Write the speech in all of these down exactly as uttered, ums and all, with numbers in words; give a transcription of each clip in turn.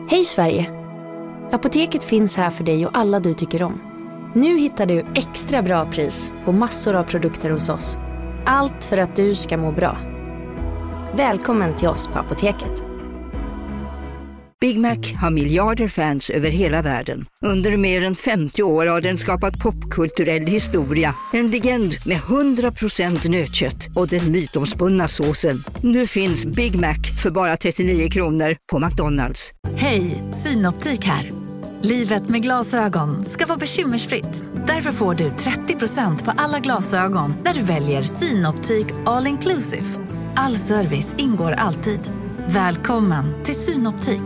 Hej Sverige! Apoteket finns här för dig och alla du tycker om. Nu hittar du extra bra pris på massor av produkter hos oss. Allt för att du ska må bra. Välkommen till oss på Apoteket. Big Mac har miljarder fans över hela världen. Under mer än femtio år har den skapat popkulturell historia. En legend med hundra procent nötkött och den mytomspunna såsen. Nu finns Big Mac för bara trettionio kronor på McDonalds. Hej, Synoptik här. Livet med glasögon ska vara bekymmersfritt. Därför får du trettio procent på alla glasögon när du väljer Synoptik All Inclusive. All service ingår alltid. Välkommen till Synoptik.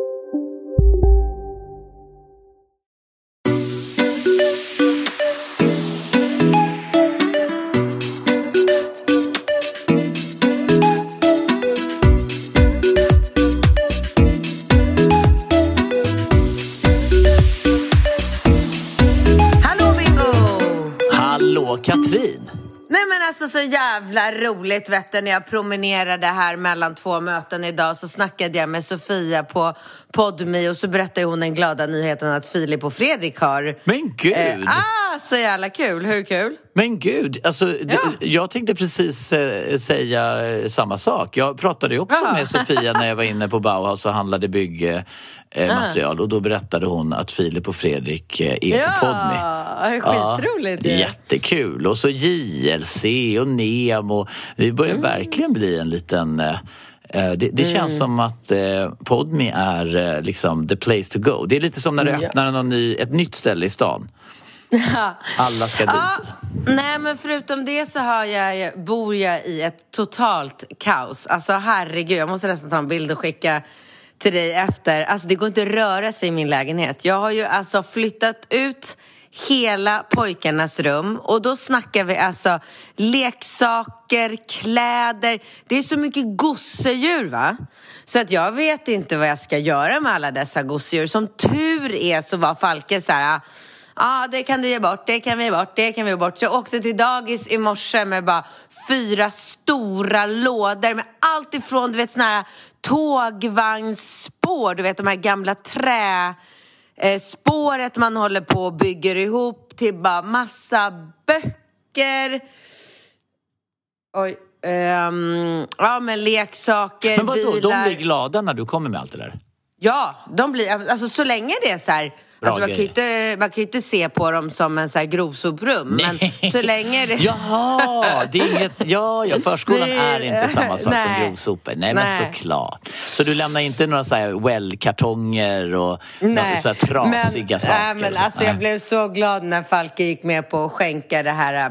Katrin. Nej men alltså så jävla roligt vet du, när jag promenerade här mellan två möten idag så snackade jag med Sofia på Podme och så berättade hon den glada nyheten att Filip och Fredrik har... Men gud! Eh, ah, så jävla kul, hur kul? Men gud, alltså ja. d- jag tänkte precis eh, säga eh, samma sak. Jag pratade ju också ja. med Sofia när jag var inne på Bauhaus och handlade byggmaterial eh, material. Och då berättade hon att Filip och Fredrik eh, är ja, på Podme. Ja, skitroligt. Ja, jättekul. Och så J L C och Nemo. Vi börjar mm. verkligen bli en liten... Eh, Det, det mm. känns som att eh, Podme är eh, liksom the place to go. Det är lite som när du ja. öppnar någon ny, ett nytt ställe i stan. Alla ska dit. Ja, nej men förutom det så har jag, bor jag i ett totalt kaos. Alltså herregud, jag måste nästan ta en bild och skicka till dig efter. Alltså det går inte att röra sig i min lägenhet. Jag har ju alltså flyttat ut hela pojkarnas rum. Och då snackar vi alltså leksaker, kläder. Det är så mycket gosedjur va? Så att jag vet inte vad jag ska göra med alla dessa gosedjur. Som tur är så var Falke så här... Ja, ah, det kan du ge bort, det kan vi ge bort, det kan vi ge bort. Så jag åkte till dagis i morse med bara fyra stora lådor med allt ifrån, du vet, såna här tågvagnsspår. Du vet, de här gamla trä... Eh, spåret man håller på och bygger ihop till bara massa böcker. Oj, ehm, ja men leksaker, men vadå, bilar. De blir glada när du kommer med allt det där? Ja, de blir, alltså så länge det är så här. Alltså man kan, ju inte, man kan ju inte se på dem som en så här grovsoprum. Men så länge det... Jaha, det är inget... Ja, ja, förskolan är inte samma sak nej. som grovsopor. Nej, nej, men såklart. Så du lämnar inte några så här well-kartonger och några så här trasiga men, saker? Äh, men alltså jag blev så glad när Falke gick med på att skänka det här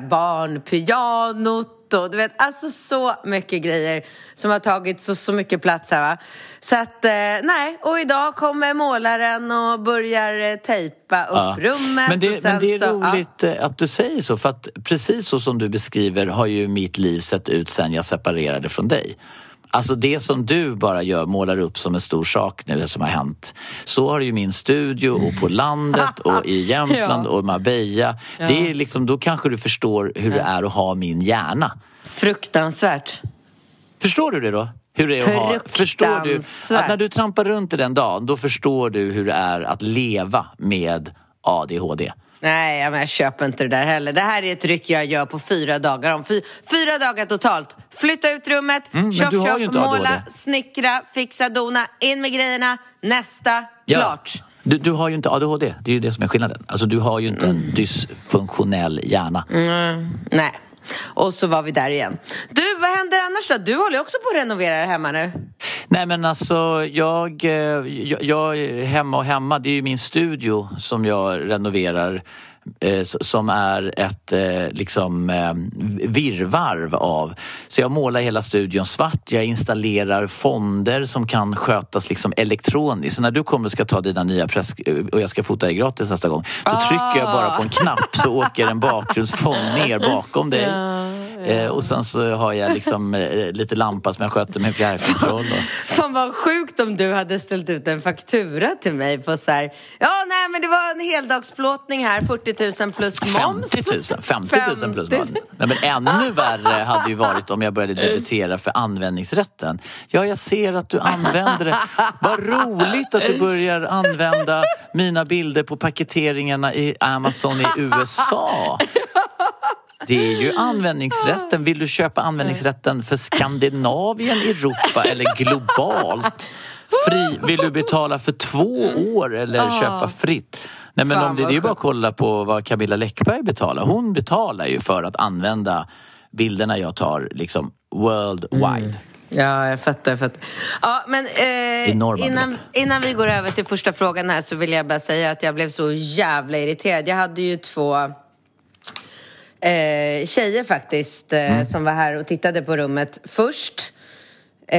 barnpianot. Och du vet, alltså så mycket grejer som har tagit så, så mycket plats här va. Så att, eh, nej, och idag kommer målaren och börjar eh, tejpa upp ja. rummet. Men det, men det är så, roligt ja. att du säger så, för att precis så som du beskriver har ju mitt liv sett ut sen jag separerade från dig. Alltså det som du bara gör, målar upp som en stor sak nu som har hänt. Så har ju min studio och på landet och i Jämtland ja. och Marbella. Ja. Det är liksom, då kanske du förstår hur det är att ha min hjärna. Fruktansvärt. Förstår du det då? Hur det är att ha, förstår du att när du trampar runt i den dagen, då förstår du hur det är att leva med A D H D. Nej, men jag köper inte det där heller. Det här är ett ryck jag gör på fyra dagar. Om fy, fyra dagar totalt. Flytta ut rummet, mm, köp, köp, måla, snickra, fixa, dona, in med grejerna, nästa, ja. klart. Du, du har ju inte A D H D, det är ju det som är skillnaden. Alltså du har ju inte en dysfunktionell hjärna. Mm, nej. Och så var vi där igen. Du, vad händer annars då? Du håller ju också på att renovera det hemma nu. Nej men alltså, jag, jag, jag hemma och hemma, det är ju min studio som jag renoverar. Eh, som är ett eh, liksom eh, virrvarv av. Så jag målar hela studion svart. Jag installerar fonder som kan skötas liksom elektroniskt. Så när du kommer och ska ta dina nya press och jag ska fota dig gratis nästa gång, då ah. trycker jag bara på en knapp så åker en bakgrundsfond ner bakom dig. Ja, Eh, och sen så har jag liksom eh, lite lampa som jag sköter med fjärrkontroll. Och... Fan vad sjukt om du hade ställt ut en faktura till mig på så här. Ja, nej men det var en heldagsplåtning här, fyrtio tusen plus moms. femtio tusen, femtio tusen plus moms. Nej, men ännu värre hade ju varit om jag började debitera för användningsrätten. Ja, jag ser att du använder det. Vad roligt att du börjar använda mina bilder på paketeringarna i Amazon i U S A. Det är ju användningsrätten. Vill du köpa användningsrätten för Skandinavien, Europa eller globalt? Fri, vill du betala för två år eller köpa fritt? Nej, men om det, det är ju bara att kolla på vad Camilla Läckberg betalar. Hon betalar ju för att använda bilderna jag tar liksom worldwide. Mm. Ja, jag fattar, jag fattar. Ja, men eh, innan, innan vi går över till första frågan här så vill jag bara säga att jag blev så jävla irriterad. Jag hade ju två eh, tjejer faktiskt eh, mm. som var här och tittade på rummet först. Eh,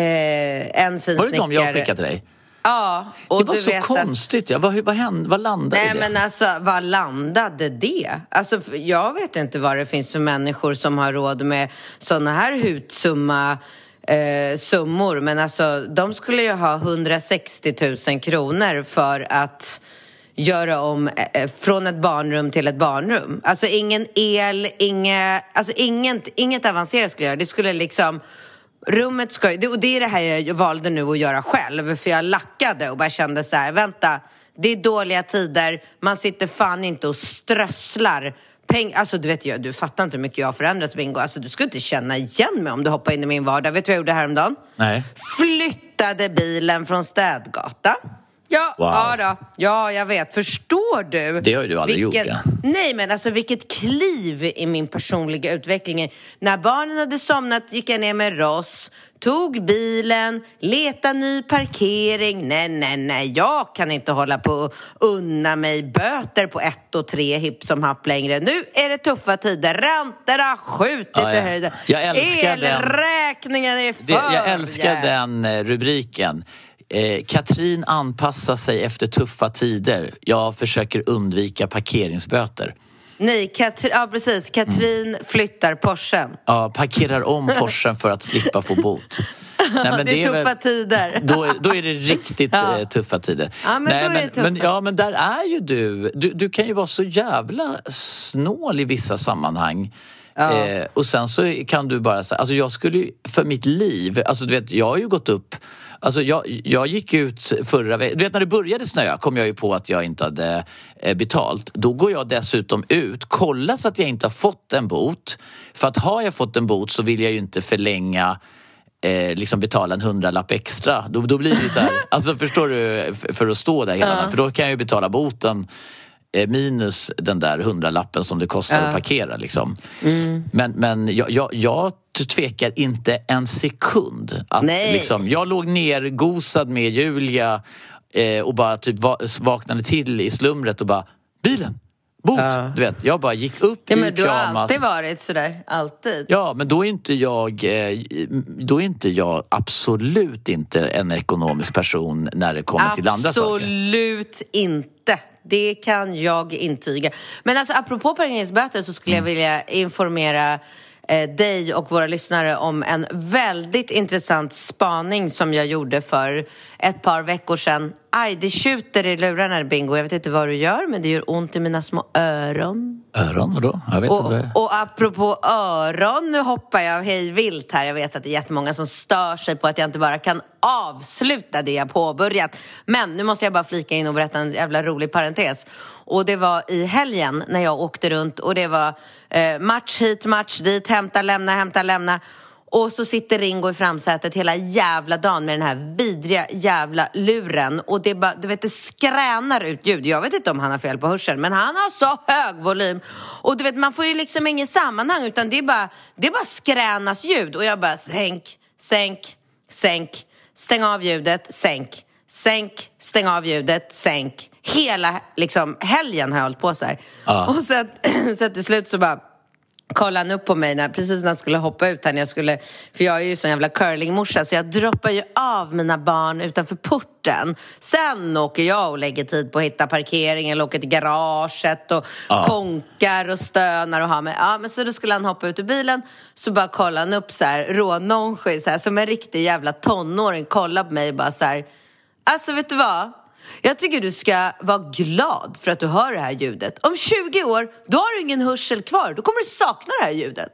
en fin var det snickare. De jag skickade till dig? Ja, och det var du så vet konstigt. Ja, vad, vad, hände, vad landade Nej, det? men alltså, vad landade det? Alltså, jag vet inte vad det finns för människor som har råd med såna här hutsumma eh, summor. Men alltså, de skulle ju ha hundrasextio tusen kronor för att göra om eh, från ett barnrum till ett barnrum. Alltså, ingen el, inga, alltså inget, inget avancerat skulle jag göra. Det skulle liksom... Rummet ska ju, och det är det här jag valde nu att göra själv. För jag lackade och bara kände så här, vänta, det är dåliga tider. Man sitter fan inte och strösslar peng. Alltså du vet ju, du fattar inte hur mycket jag har förändrats, Bingo. Alltså du skulle inte känna igen mig om du hoppar in i min vardag. Vet du vad jag gjorde häromdagen? Nej. Flyttade bilen från städgata. Ja, wow. ja då. Ja, jag vet. Förstår du? Det har ju du aldrig vilken... gjort. Ja. Nej, men alltså vilket kliv i min personliga utveckling. När barnen hade somnat gick jag ner med Ross, tog bilen, leta ny parkering. Nej, nej, nej. Jag kan inte hålla på och unna mig böter på ett och tre hipp som happ längre. Nu är det tuffa tider. Räntorna skjutit ja, ja. i höjden. Jag älskar Elräkningen är för det, Jag älskar yeah. den rubriken. Eh, Katrin anpassar sig efter tuffa tider. Jag försöker undvika parkeringsböter. Nej, Katri- ja precis. Katrin mm. flyttar Porschen. Ja, parkerar om Porschen för att slippa få bot. Nej, men det, det är tuffa väl, tider. Då är, då är det riktigt ja. eh, tuffa tider. Ja, men Nej, då är men, det tuffa. men, ja, men där är ju du. du. Du kan ju vara så jävla snål i vissa sammanhang. Ja. Eh, och sen så kan du bara säga, alltså jag skulle ju, för mitt liv, alltså du vet, jag har ju gått upp. Alltså jag, jag gick ut förra veckan, du vet när det började snöa kom jag ju på att jag inte hade eh, betalt. Då går jag dessutom ut, kollar så att jag inte har fått en bot. För att har jag fått en bot så vill jag ju inte förlänga, eh, liksom betala en hundralapp extra. Då, då blir det så här, alltså förstår du, för, för att stå där hela dagen. Ja. För då kan jag ju betala boten eh, minus den där hundralappen som det kostar ja. att parkera liksom. Mm. Men, men jag, jag, jag tvekar inte en sekund att liksom, jag låg nergosad med Julia eh, och bara typ va- vaknade till i slumret och bara bilen, bot, uh. du vet, jag bara gick upp ja, i men du kramas. har alltid varit sådär, alltid. Ja, men då är inte jag eh, då är inte jag absolut inte en ekonomisk person när det kommer absolut till andra saker. Absolut inte. Det kan jag intyga. Men alltså apropå parkeringsböter så skulle mm. jag vilja informera dig och våra lyssnare om en väldigt intressant spaning som jag gjorde för ett par veckor sedan. Aj, det tjuter i lurarna, Bingo. Jag vet inte vad du gör, men det gör ont i mina små öron. Öron, vadå? Jag vet och, inte vad det är. Och apropå öron, nu hoppar jag hej vilt här. Jag vet att det är jättemånga som stör sig på att jag inte bara kan avsluta det jag påbörjat. Men nu måste jag bara flika in och berätta en jävla rolig parentes. Och det var i helgen när jag åkte runt och det var eh, match hit, match dit, hämta, lämna, hämta, lämna. Och så sitter Ringo i framsätet hela jävla dagen med den här vidriga jävla luren. Och det bara, du vet, det skränar ut ljud. Jag vet inte om han har fel på hörseln, men han har så hög volym. Och du vet, man får ju liksom ingen sammanhang, utan det är bara, det är bara skränas ljud. Och jag bara, sänk, sänk, sänk, stäng av ljudet, sänk, sänk, stäng av ljudet, sänk. Hela liksom helgen har jag hållit på så här. Ah. Och så att, så att till slut så bara kollade han upp på mig när, precis när han skulle hoppa ut här när jag skulle, för jag är ju sån jävla curlingmorsa så jag droppar ju av mina barn utanför porten. Sen åker jag och lägger tid på att hitta parkering eller åker till garaget och ja. konkar och stönar och har med. Ja, men så då skulle han hoppa ut ur bilen, så bara kollade han upp så här rånonskig så här som en riktig jävla tonåring, kollade på mig och bara så här: alltså vet du vad? Jag tycker du ska vara glad för att du hör det här ljudet. Om tjugo år, då har du ingen hörsel kvar. Då kommer du sakna det här ljudet.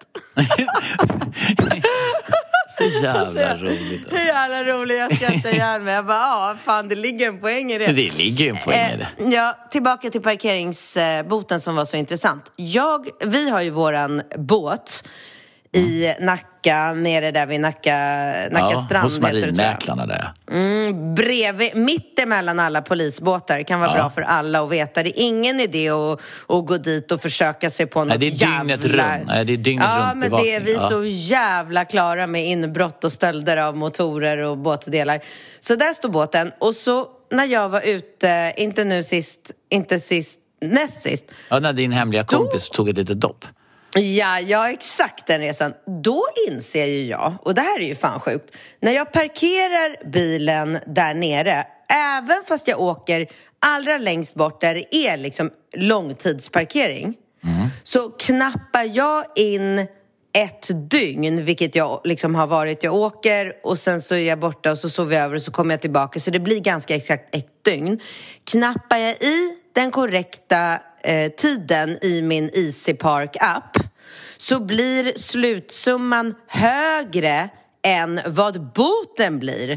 Så jävla roligt. Så jävla roligt, jag skrattar gärna med. Jag bara, ja fan, det ligger en poäng i det. Det ligger en poäng i det. Eh, ja, tillbaka till parkeringsboten som var så intressant. Jag, vi har ju våran båt i Nacka, nere där vid Nacka, Nacka ja, strand. Hos marinmäklarna där. Mm, bredvid, mitt emellan alla polisbåtar. Det kan vara ja. bra för alla att veta. Det är ingen idé att, att gå dit och försöka sig på något. Nej, det är dygnet jävla... runt. Nej, det är dygnet ja, runt men det är vi ja. så jävla klara med inbrott och stölder av motorer och båtdelar. Så där står båten. Och så när jag var ute, inte nu sist, inte sist, näst sist. Ja, när din hemliga kompis då... tog ett litet dopp. Ja, ja, exakt den resan. Då inser ju jag, och det här är ju fan sjukt, när jag parkerar bilen där nere, även fast jag åker allra längst bort där det är liksom långtidsparkering, mm. så knappar jag in ett dygn, vilket jag liksom har varit. Jag åker och sen så är jag borta och så sover jag över och så kommer jag tillbaka. Så det blir ganska exakt ett dygn. Knappar jag i den korrekta eh, tiden i min Easy Park-app, så blir slutsumman högre än vad boten blir.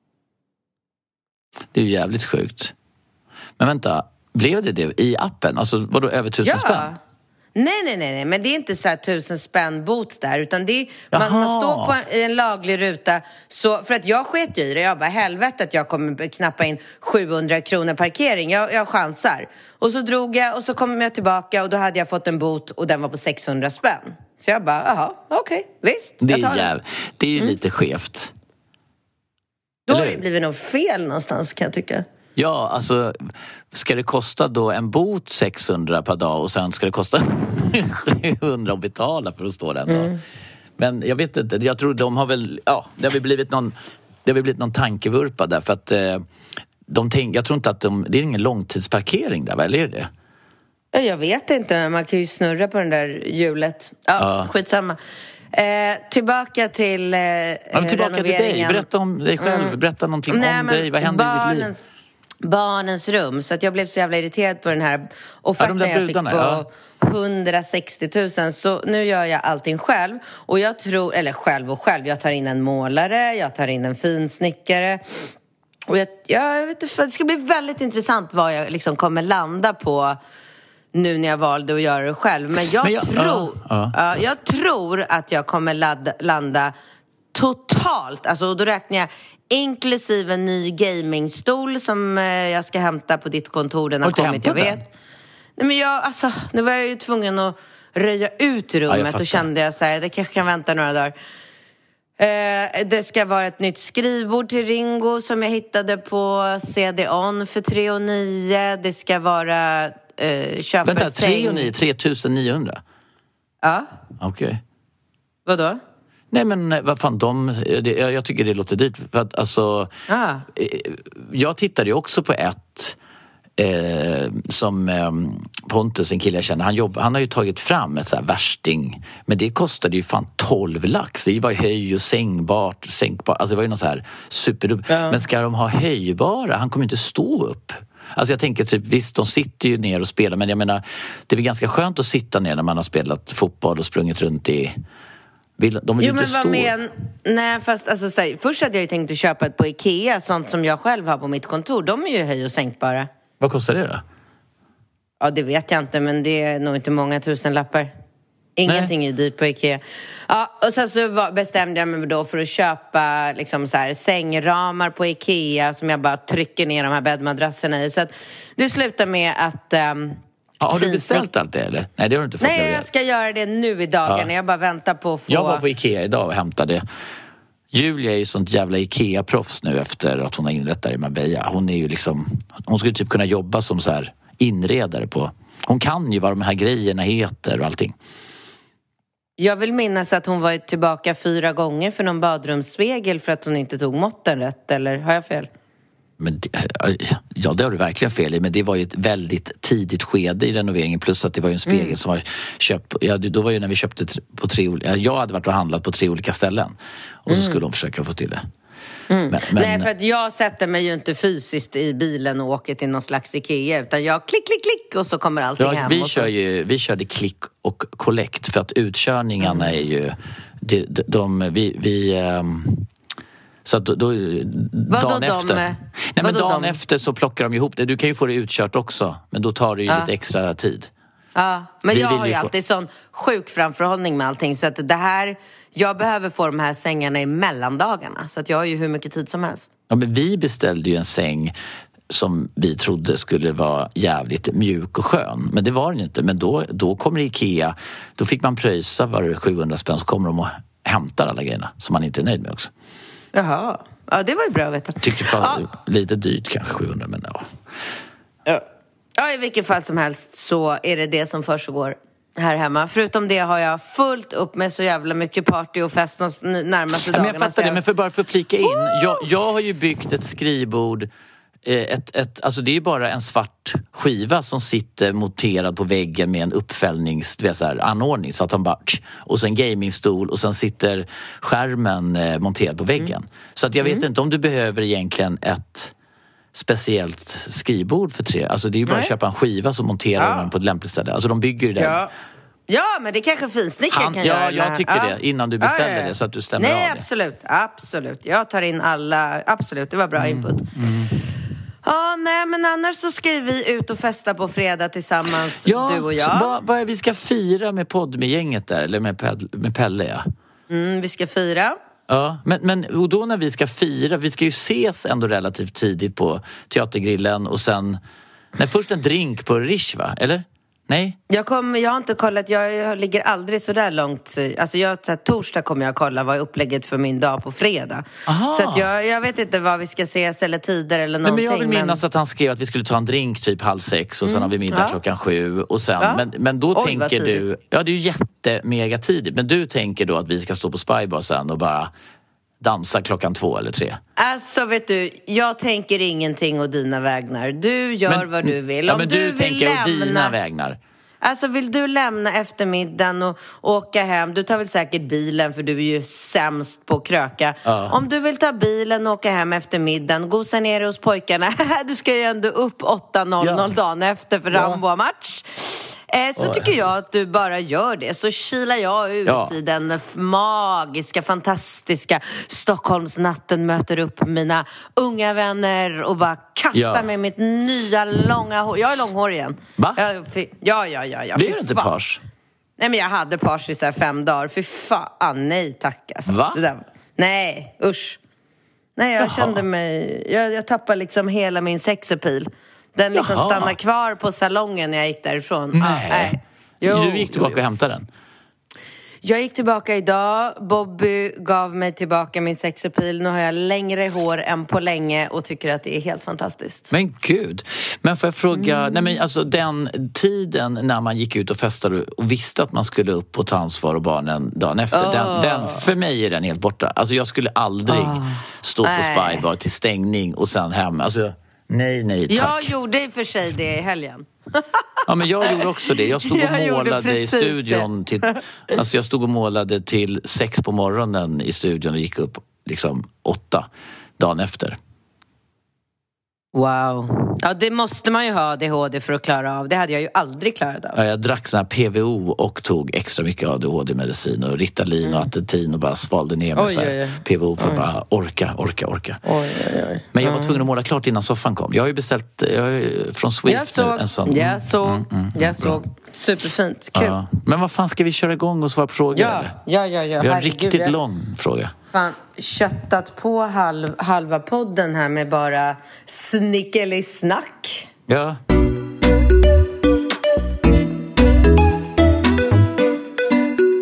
Det är ju jävligt sjukt. Men vänta, blev det det i appen? Alltså vadå, över tusen ja. spänn? Nej, nej, nej, nej, men det är inte så här tusen spänn bot där, utan det är, man, man står på en, en laglig ruta. Så, för att jag sket ju i det, jag bara helvete att jag kommer knappa in sjuhundra kronor parkering, jag, jag chansar. Och så drog jag och så kom jag tillbaka och då hade jag fått en bot och den var på sexhundra spänn. Så jag bara, jaha, okej, okay, visst, det jag tar är jäv... det. Det är ju mm. lite skevt. Då har det blivit nog fel någonstans, kan jag tycka. Ja, alltså ska det kosta då en bot sexhundra per dag och sen ska det kosta sjuhundra att betala för att stå den då? Mm. Men jag vet inte, jag tror de har väl, ja, det har väl blivit någon, det har blivit någon tankevurpa där för att eh, de tänk, jag tror inte att de, det är ingen långtidsparkering där, eller är det? Jag vet inte, man kan ju snurra på den där hjulet. Ja, ja. Skitsamma. Eh, tillbaka till eh, ja, tillbaka till dig, berätta om dig själv, mm. berätta någonting Nej, om dig, vad händer barnens, i ditt liv? Barnens rum, så att jag blev så jävla irriterad på den här offerten ja, jag fick på ja. hundrasextio tusen. Så nu gör jag allting själv. Och jag tror, eller själv och själv, jag tar in en målare, jag tar in en finsnickare. Och jag, jag vet inte, det ska bli väldigt intressant vad jag liksom kommer landa på nu när jag valde att göra det själv. Men jag, Men jag tror ja, ja. Uh, jag tror att jag kommer ladda, landa totalt, alltså då räknar jag inklusive en ny gamingstol som uh, jag ska hämta på ditt kontor. Den har kommit, jag vet. Den? Nej, men jag, alltså, nu var jag ju tvungen att röja ut rummet ja, och kände jag så här, det kanske kan vänta några dagar. Uh, det ska vara ett nytt skrivbord till Ringo som jag hittade på C D O N för tre och nio. Det ska vara uh, köpa Vänta, tre och nio, tre tusen niohundra? Ja. Okej. Okay. Vadå? Nej men vad fan, de, det, jag tycker det låter dyrt för att alltså ah. jag tittade ju också på ett eh, som eh, Pontus, en kille jag känner, han, jobb, han har ju tagit fram ett så här värsting, men det kostade ju fan tolv lax. Det var ju höj och sängbart, sänkbart, alltså det var ju något så här superdubb. Ja. Men ska de ha höjbara? Han kommer inte stå upp. Alltså jag tänker typ, visst de sitter ju ner och spelar, men jag menar det är väl ganska skönt att sitta ner när man har spelat fotboll och sprungit runt i. Vill, de vill jo, ju inte men stå. Men, nej, fast alltså, så här, först hade jag ju tänkt att köpa ett på Ikea, sånt som jag själv har på mitt kontor. De är ju höj- och sänkbara. Vad kostar det då? Ja, det vet jag inte, men det är nog inte många tusen lappar. Ingenting nej. Är dyrt på Ikea. Ja, och sen så var, bestämde jag mig då för att köpa liksom så här, sängramar på Ikea som jag bara trycker ner de här bäddmadrasserna i. Så att det slutar med att... Um, Ja, har du beställt allt det eller? Nej, det har du inte fått. Nej, jag ska göra det nu i dagarna. Ja. Jag bara väntar på att få... Jag var på Ikea idag och hämtade. Julia är ju sånt jävla Ikea-proffs nu efter att hon har inrättat i Marbella. Hon är ju liksom... Hon skulle typ kunna jobba som så här inredare på... Hon kan ju vad de här grejerna heter och allting. Jag vill minnas att hon var tillbaka fyra gånger för någon badrumsspegel för att hon inte tog måtten rätt, eller har jag fel? Men det, ja, det har du verkligen fel i, men det var ju ett väldigt tidigt skede i renoveringen, plus att det var ju en spegel mm. som var köpt, ja, då var ju när vi köpte på tre olika, jag hade varit och handlat på tre olika ställen och så mm. skulle hon försöka få till det. Mm. Men, men... Nej, för att jag sätter mig ju inte fysiskt i bilen och åker till någon slags Ikea, utan jag klick, klick, klick och så kommer allting ja, hem. Vi, och kör så... ju, vi körde klick och collect för att utkörningarna mm. är ju de, de, de vi, vi um... så att då, då dagen de, efter Nej, men dagen de? efter så plockar de ihop det. Du kan ju få det utkört också, men då tar det ju ja. lite extra tid. Ja, men vi jag har ju få... alltid sån sjuk framförhållning med allting, så att det här, jag behöver få de här sängarna i mellandagarna, så att jag har ju hur mycket tid som helst. Ja, men vi beställde ju en säng som vi trodde skulle vara jävligt mjuk och skön, men det var den inte. Men då, då kommer Ikea, då fick man pröjsa var det sjuhundra spänn, så kommer de och hämtar alla grejerna som man inte är nöjd med också. Jaha, ja det var ju bra att veta. Tyckte det var ja. lite dyrt kanske sjuhundra, men ja. ja. Ja, i vilket fall som helst så är det det som försiggår här hemma. Förutom det har jag fullt upp med så jävla mycket party och fest de närmaste ja, dagarna. Men jag fattar jag... det, men för bara för att flika in. Jag, jag har ju byggt ett skrivbord. Ett, ett, alltså det är ju bara en svart skiva som sitter monterad på väggen med en uppfällnings, du vet, så här, anordning, så att han bara, och sen gamingstol och sen sitter skärmen eh, monterad på väggen. Mm. Så att jag vet mm. inte om du behöver egentligen ett speciellt skrivbord för tre. Alltså det är ju bara Nej. att köpa en skiva så monterar ja. man på ett lämpligt ställe. Alltså de bygger ju det. Ja. Ja, men det kanske finsnickaren kan ja, göra. Ja, jag tycker ja. det. Innan du beställer ja, ja, ja. det så att du stämmer Nej, av det. absolut. Absolut. Jag tar in alla. Absolut, det var bra mm. input. Mm. Ja, nej, men annars så ska vi ut och festa på fredag tillsammans, ja, du och jag. Vad, vad är vi ska fira med podd med gänget där? Eller med, Ped, med Pelle, ja. Mm, vi ska fira. Ja, men, men och då när vi ska fira, vi ska ju ses ändå relativt tidigt på Teatergrillen och sen, nej, först en drink på Rish, va? Eller? Nej? Jag, kom, jag har inte kollat, jag, jag ligger aldrig så där långt. Alltså jag, så här, torsdag kommer jag kolla vad är upplägget för min dag på fredag. Aha. Så att jag, jag vet inte vad vi ska ses eller tider eller någonting. Nej, men jag vill minnas men... att han skrev att vi skulle ta en drink typ halv sex och sen mm. har vi middag ja. klockan sju och sen, ja. men, men då Oj, tänker du, ja det är ju jättemega tidigt, men du tänker då att vi ska stå på Spybar sen och bara dansa klockan två eller tre. Alltså vet du, jag tänker ingenting å dina vägnar. Du gör men, vad du vill. Ja, Om men du, du vill tänker lämna... å dina vägnar. Alltså vill du lämna eftermiddagen och åka hem, du tar väl säkert bilen för du är ju sämst på att kröka. Ja. Om du vill ta bilen och åka hem eftermiddagen, gosa ner hos pojkarna. Du ska ju ändå upp åtta noll noll ja. dagen efter för ja. Rambo-match. Eh, så oh, tycker jag att du bara gör det. Så kilar jag ut ja. i den magiska, fantastiska Stockholmsnatten, möter upp mina unga vänner och bara kastar ja. med mitt nya långa hår. Jag är långhårig igen. Va? Jag, ja, ja, ja, ja. Blir du inte page? Nej, men jag hade page i så här fem dagar. Fy fan, nej tack. Alltså, Va? Det där, nej, usch. Nej, jag Jaha. kände mig... Jag, jag tappade liksom hela min sexappeal. Den liksom Jaha. stannade kvar på salongen när jag gick därifrån. Nej. Ah, nej. Jo, du gick tillbaka och hämtade den? Jag gick tillbaka idag. Bobby gav mig tillbaka min sexappeal. Nu har jag längre hår än på länge och tycker att det är helt fantastiskt. Men gud. Men får jag fråga, mm. nej men alltså den tiden när man gick ut och festade och visste att man skulle upp och ta ansvar och barnen dagen efter. Oh. Den, den, för mig är den helt borta. Alltså jag skulle aldrig oh. stå på Spybar till stängning och sen hem. Alltså nej, nej, tack. Jag gjorde i och för sig det i helgen. Ja, men jag gjorde också det. Jag stod och jag målade i studion till, alltså jag stod och målade till sex på morgonen i studion och gick upp liksom åtta dagen efter. Wow. Ja, det måste man ju ha A D H D för att klara av. Det hade jag ju aldrig klarat av. Ja, jag drack sån här P V O och tog extra mycket A D H D-medicin och Ritalin mm. och Atetin och bara svalde ner med oj, så här oj, oj. P V O för att mm. bara orka, orka, orka. Oj, oj, oj. Men jag var tvungen att måla klart innan soffan kom. Jag har ju beställt jag har, från Swift jag nu såg, en sån. Jag såg, mm, mm, mm, jag såg. Bra. Superfint, kul. Ja. Men vad fan, ska vi köra igång och svara på frågor? Ja, eller? ja, ja, ja. Vi har en herregud, riktigt jag... lång fråga. Fan, köttat på halv, halva podden här med bara snickelisnack. Ja.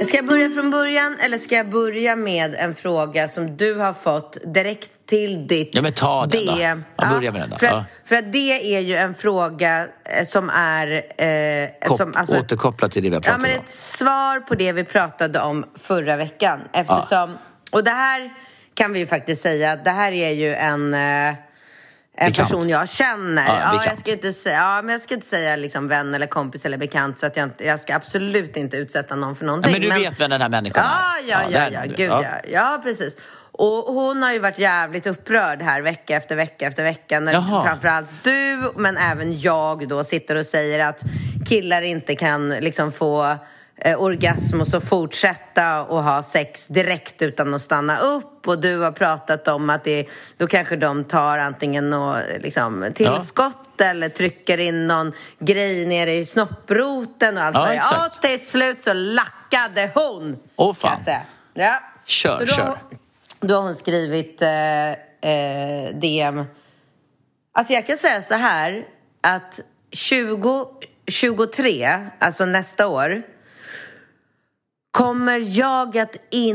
Ska jag börja från början eller ska jag börja med en fråga som du har fått direkt till ditt Ja, men ta den då. D M? Ja, börja med den då. För, Ja. att, för att det är ju en fråga eh, som är... Eh, Kop- som, alltså, återkopplat till det vi har ja, pratat men om. ett svar på det vi pratade om förra veckan. Eftersom, och det här kan vi ju faktiskt säga, det här är ju en... Eh, En bekant. person jag känner. Ja, ja, bekant. jag ska inte säga, ja, men jag ska inte säga liksom vän eller kompis eller bekant. Så att jag, inte, jag ska absolut inte utsätta någon för någonting. Ja, men du vet vem den här människan ja, är. ja, ja, den- ja, du- gud ja. ja. Ja, precis. Och hon har ju varit jävligt upprörd här vecka efter vecka efter vecka. När Jaha. framförallt du, men även jag då sitter och säger att killar inte kan liksom få eh, orgasm och så fortsätta och ha sex direkt utan att stanna upp. Och du har pratat om att det, då kanske de tar antingen och, liksom, tillskott ja. eller trycker in någon grej nere i snopproten och allt Ja, vad det är. exakt. Och till slut så lackade hon. Åh, fan. kan jag säga. Ja. Kör, Så då, kör. Då har hon skrivit eh, eh, D M. Alltså jag kan säga så här att tjugo tjugotre, alltså nästa år, kommer jag att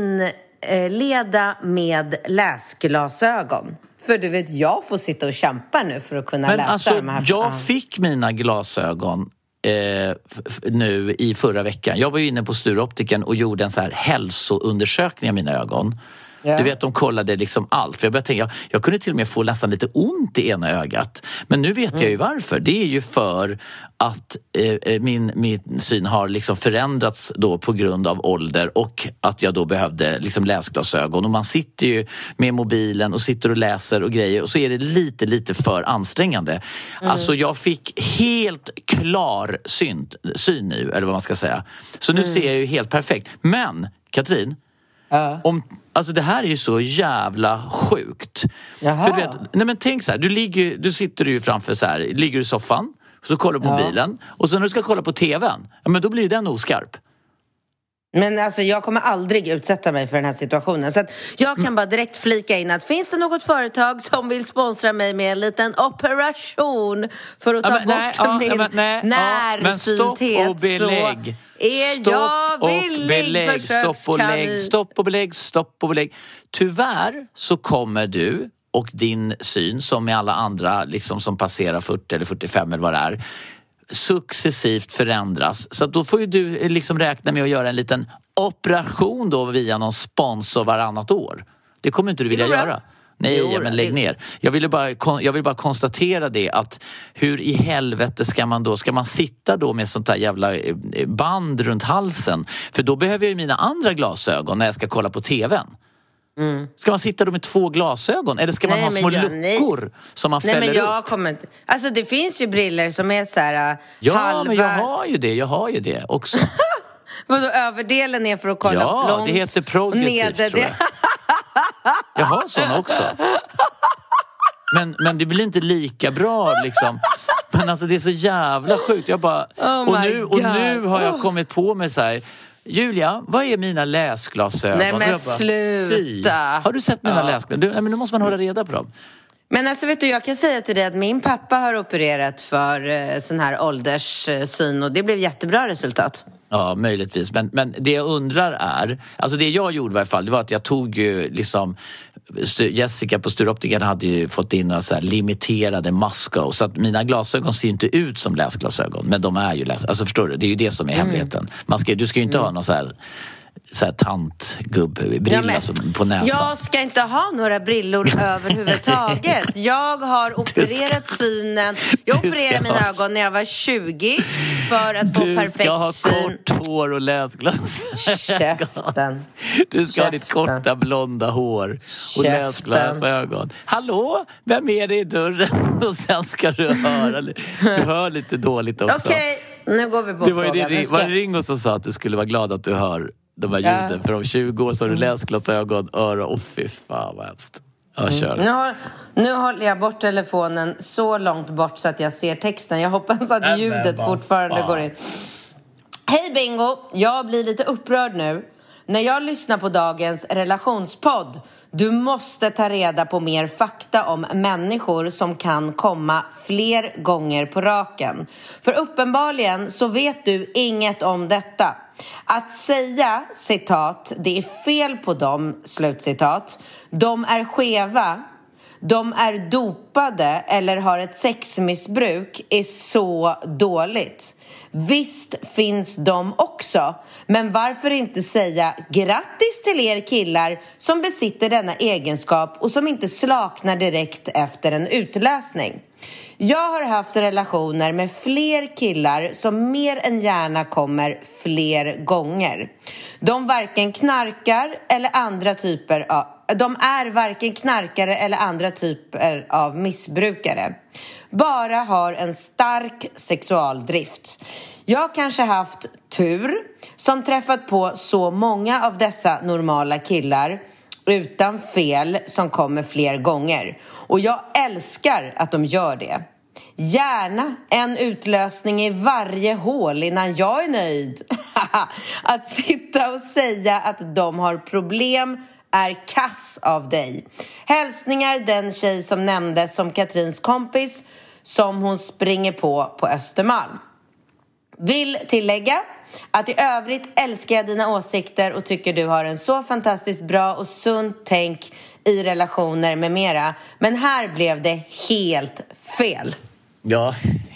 inleda med läsglasögon. För du vet, jag får sitta och kämpa nu för att kunna Men läsa alltså, de här. jag fick mina glasögon eh, f- f- nu i förra veckan. Jag var ju inne på Sturoptiken och gjorde en så här hälsoundersökning av mina ögon. Ja. Du vet, de kollade liksom allt. För jag började tänka, jag, jag kunde till och med få nästan lite ont i ena ögat. Men nu vet mm. jag ju varför. Det är ju för att eh, min, min syn har liksom förändrats då på grund av ålder och att jag då behövde liksom läsglasögon. Och man sitter ju med mobilen och sitter och läser och grejer och så är det lite, lite för ansträngande. Mm. Alltså jag fick helt klar syn, syn nu, eller vad man ska säga. Så nu mm. ser jag ju helt perfekt. Men, Katrin, Uh. om, alltså det här är ju så jävla sjukt. Jaha. För du vet, nej men tänk så här, du, ligger, du sitter ju framför så här, ligger i soffan, så kollar du på ja. mobilen och sen när du ska kolla på tvn, ja men då blir den oskarp. Men alltså jag kommer aldrig utsätta mig för den här situationen. Så att jag kan bara direkt flika in att finns det något företag som vill sponsra mig med en liten operation för att ta Ja, men, bort nej, ja, min ja, men, nej, ja, men stopp närsynthet, och belägg. så är Stopp jag och villig belägg, stopp och belägg, stopp och belägg, stopp och belägg. Tyvärr så kommer du och din syn, som med alla andra liksom, som passerar fyrtio eller fyrtiofem eller vad det är, successivt förändras. Så att då får ju du liksom räkna med att göra en liten operation då via någon sponsor varannat år. Det kommer inte du vilja Jo, ja. göra. Nej, Jo, ja, men det- lägg ner. Jag ville bara, jag vill bara konstatera det att hur i helvete ska man då, ska man sitta då med sånt där jävla eh, band runt halsen? För då behöver jag ju mina andra glasögon när jag ska kolla på tvn. Mm. Ska man sitta då med två glasögon? Eller ska man Nej, ha men små jag- nej. luckor som man Nej, fäller men jag upp? kommer inte. Alltså det finns ju briller som är så här uh, Ja, halva. men jag har ju det, jag har ju det också. Vadå, överdelen är för att kolla Ja, långt. det heter progressivt, och neder- tror jag. Jag har såna också. Men, men det blir inte lika bra liksom. Men alltså det är så jävla sjukt. Jag bara, Oh och, my nu, och nu God. har jag Oh. kommit på mig så här: Julia, vad är mina läsglasögon? Nej, men Och jag bara, sluta. "Fy, har du sett mina Ja. läsglasögon? Du, nej, men nu måste man hålla reda på dem. Men alltså vet du, jag kan säga till dig att min pappa har opererat för eh, sån här ålderssyn och det blev jättebra resultat. Ja, möjligtvis. Men, men det jag undrar är, alltså det jag gjorde i alla fall, det var att jag tog ju liksom, Jessica på Sturoptiken hade ju fått in några så här limiterade maskor, så att mina glasögon ser inte ut som läsglasögon, men de är ju läs, alltså förstår du, det är ju det som är Mm. hemligheten. Man ska, du ska ju inte ha någon så här så här tantgubb-brilla Ja, men som på näsan. Jag ska inte ha några brillor överhuvudtaget. Jag har opererat synen. Jag du opererade ska mina ha- ögon när jag var tjugo för att få Du perfekt ska ha syn. kort hår och läsglasögon. Käften. Du ska ha ditt Käften. korta blonda hår och Käften. läsglasögon. Hallå, vem är det i dörren? Och sen ska du höra. Du hör lite dåligt också. Okej, nu går vi på Det var ju frågan. det, Nu ska- var det Ringo som sa att du skulle vara glad att du hör de här Ja. ljuden. För om tjugo år så har du läsglasögon, öron. Åh fy fan vad hemskt. Ja, kör. Nu, har, nu håller jag bort telefonen så långt bort så att jag ser texten. Jag hoppas att men ljudet vad fortfarande fan. går in. Hej Bingo, jag blir lite upprörd nu. när jag lyssnar på dagens relationspodd, du måste ta reda på mer fakta om människor som kan komma fler gånger på raken. För uppenbarligen så vet du inget om detta. Att säga, citat, det är fel på dem, slutcitat, de är skeva, de är dopade eller har ett sexmissbruk är så dåligt. Visst finns de också, men varför inte säga grattis till er killar som besitter denna egenskap och som inte slaknar direkt efter en utlösning. Jag har haft relationer med fler killar som mer än gärna kommer fler gånger. De varken knarkar eller andra typer av, de är varken knarkare eller andra typer av missbrukare. Bara har en stark sexualdrift. Jag kanske haft tur som träffat på så många av dessa normala killar utan fel som kommer fler gånger. Och jag älskar att de gör det. Gärna en utlösning i varje hål innan jag är nöjd. Att sitta och säga att de har problem är kass av dig. Hälsningar den tjej som nämndes som Katrins kompis som hon springer på på Östermalm. Vill tillägga att i övrigt älskar jag dina åsikter och tycker du har en så fantastiskt bra och sunt tänk i relationer med mera. Men här blev det helt fel. Ja,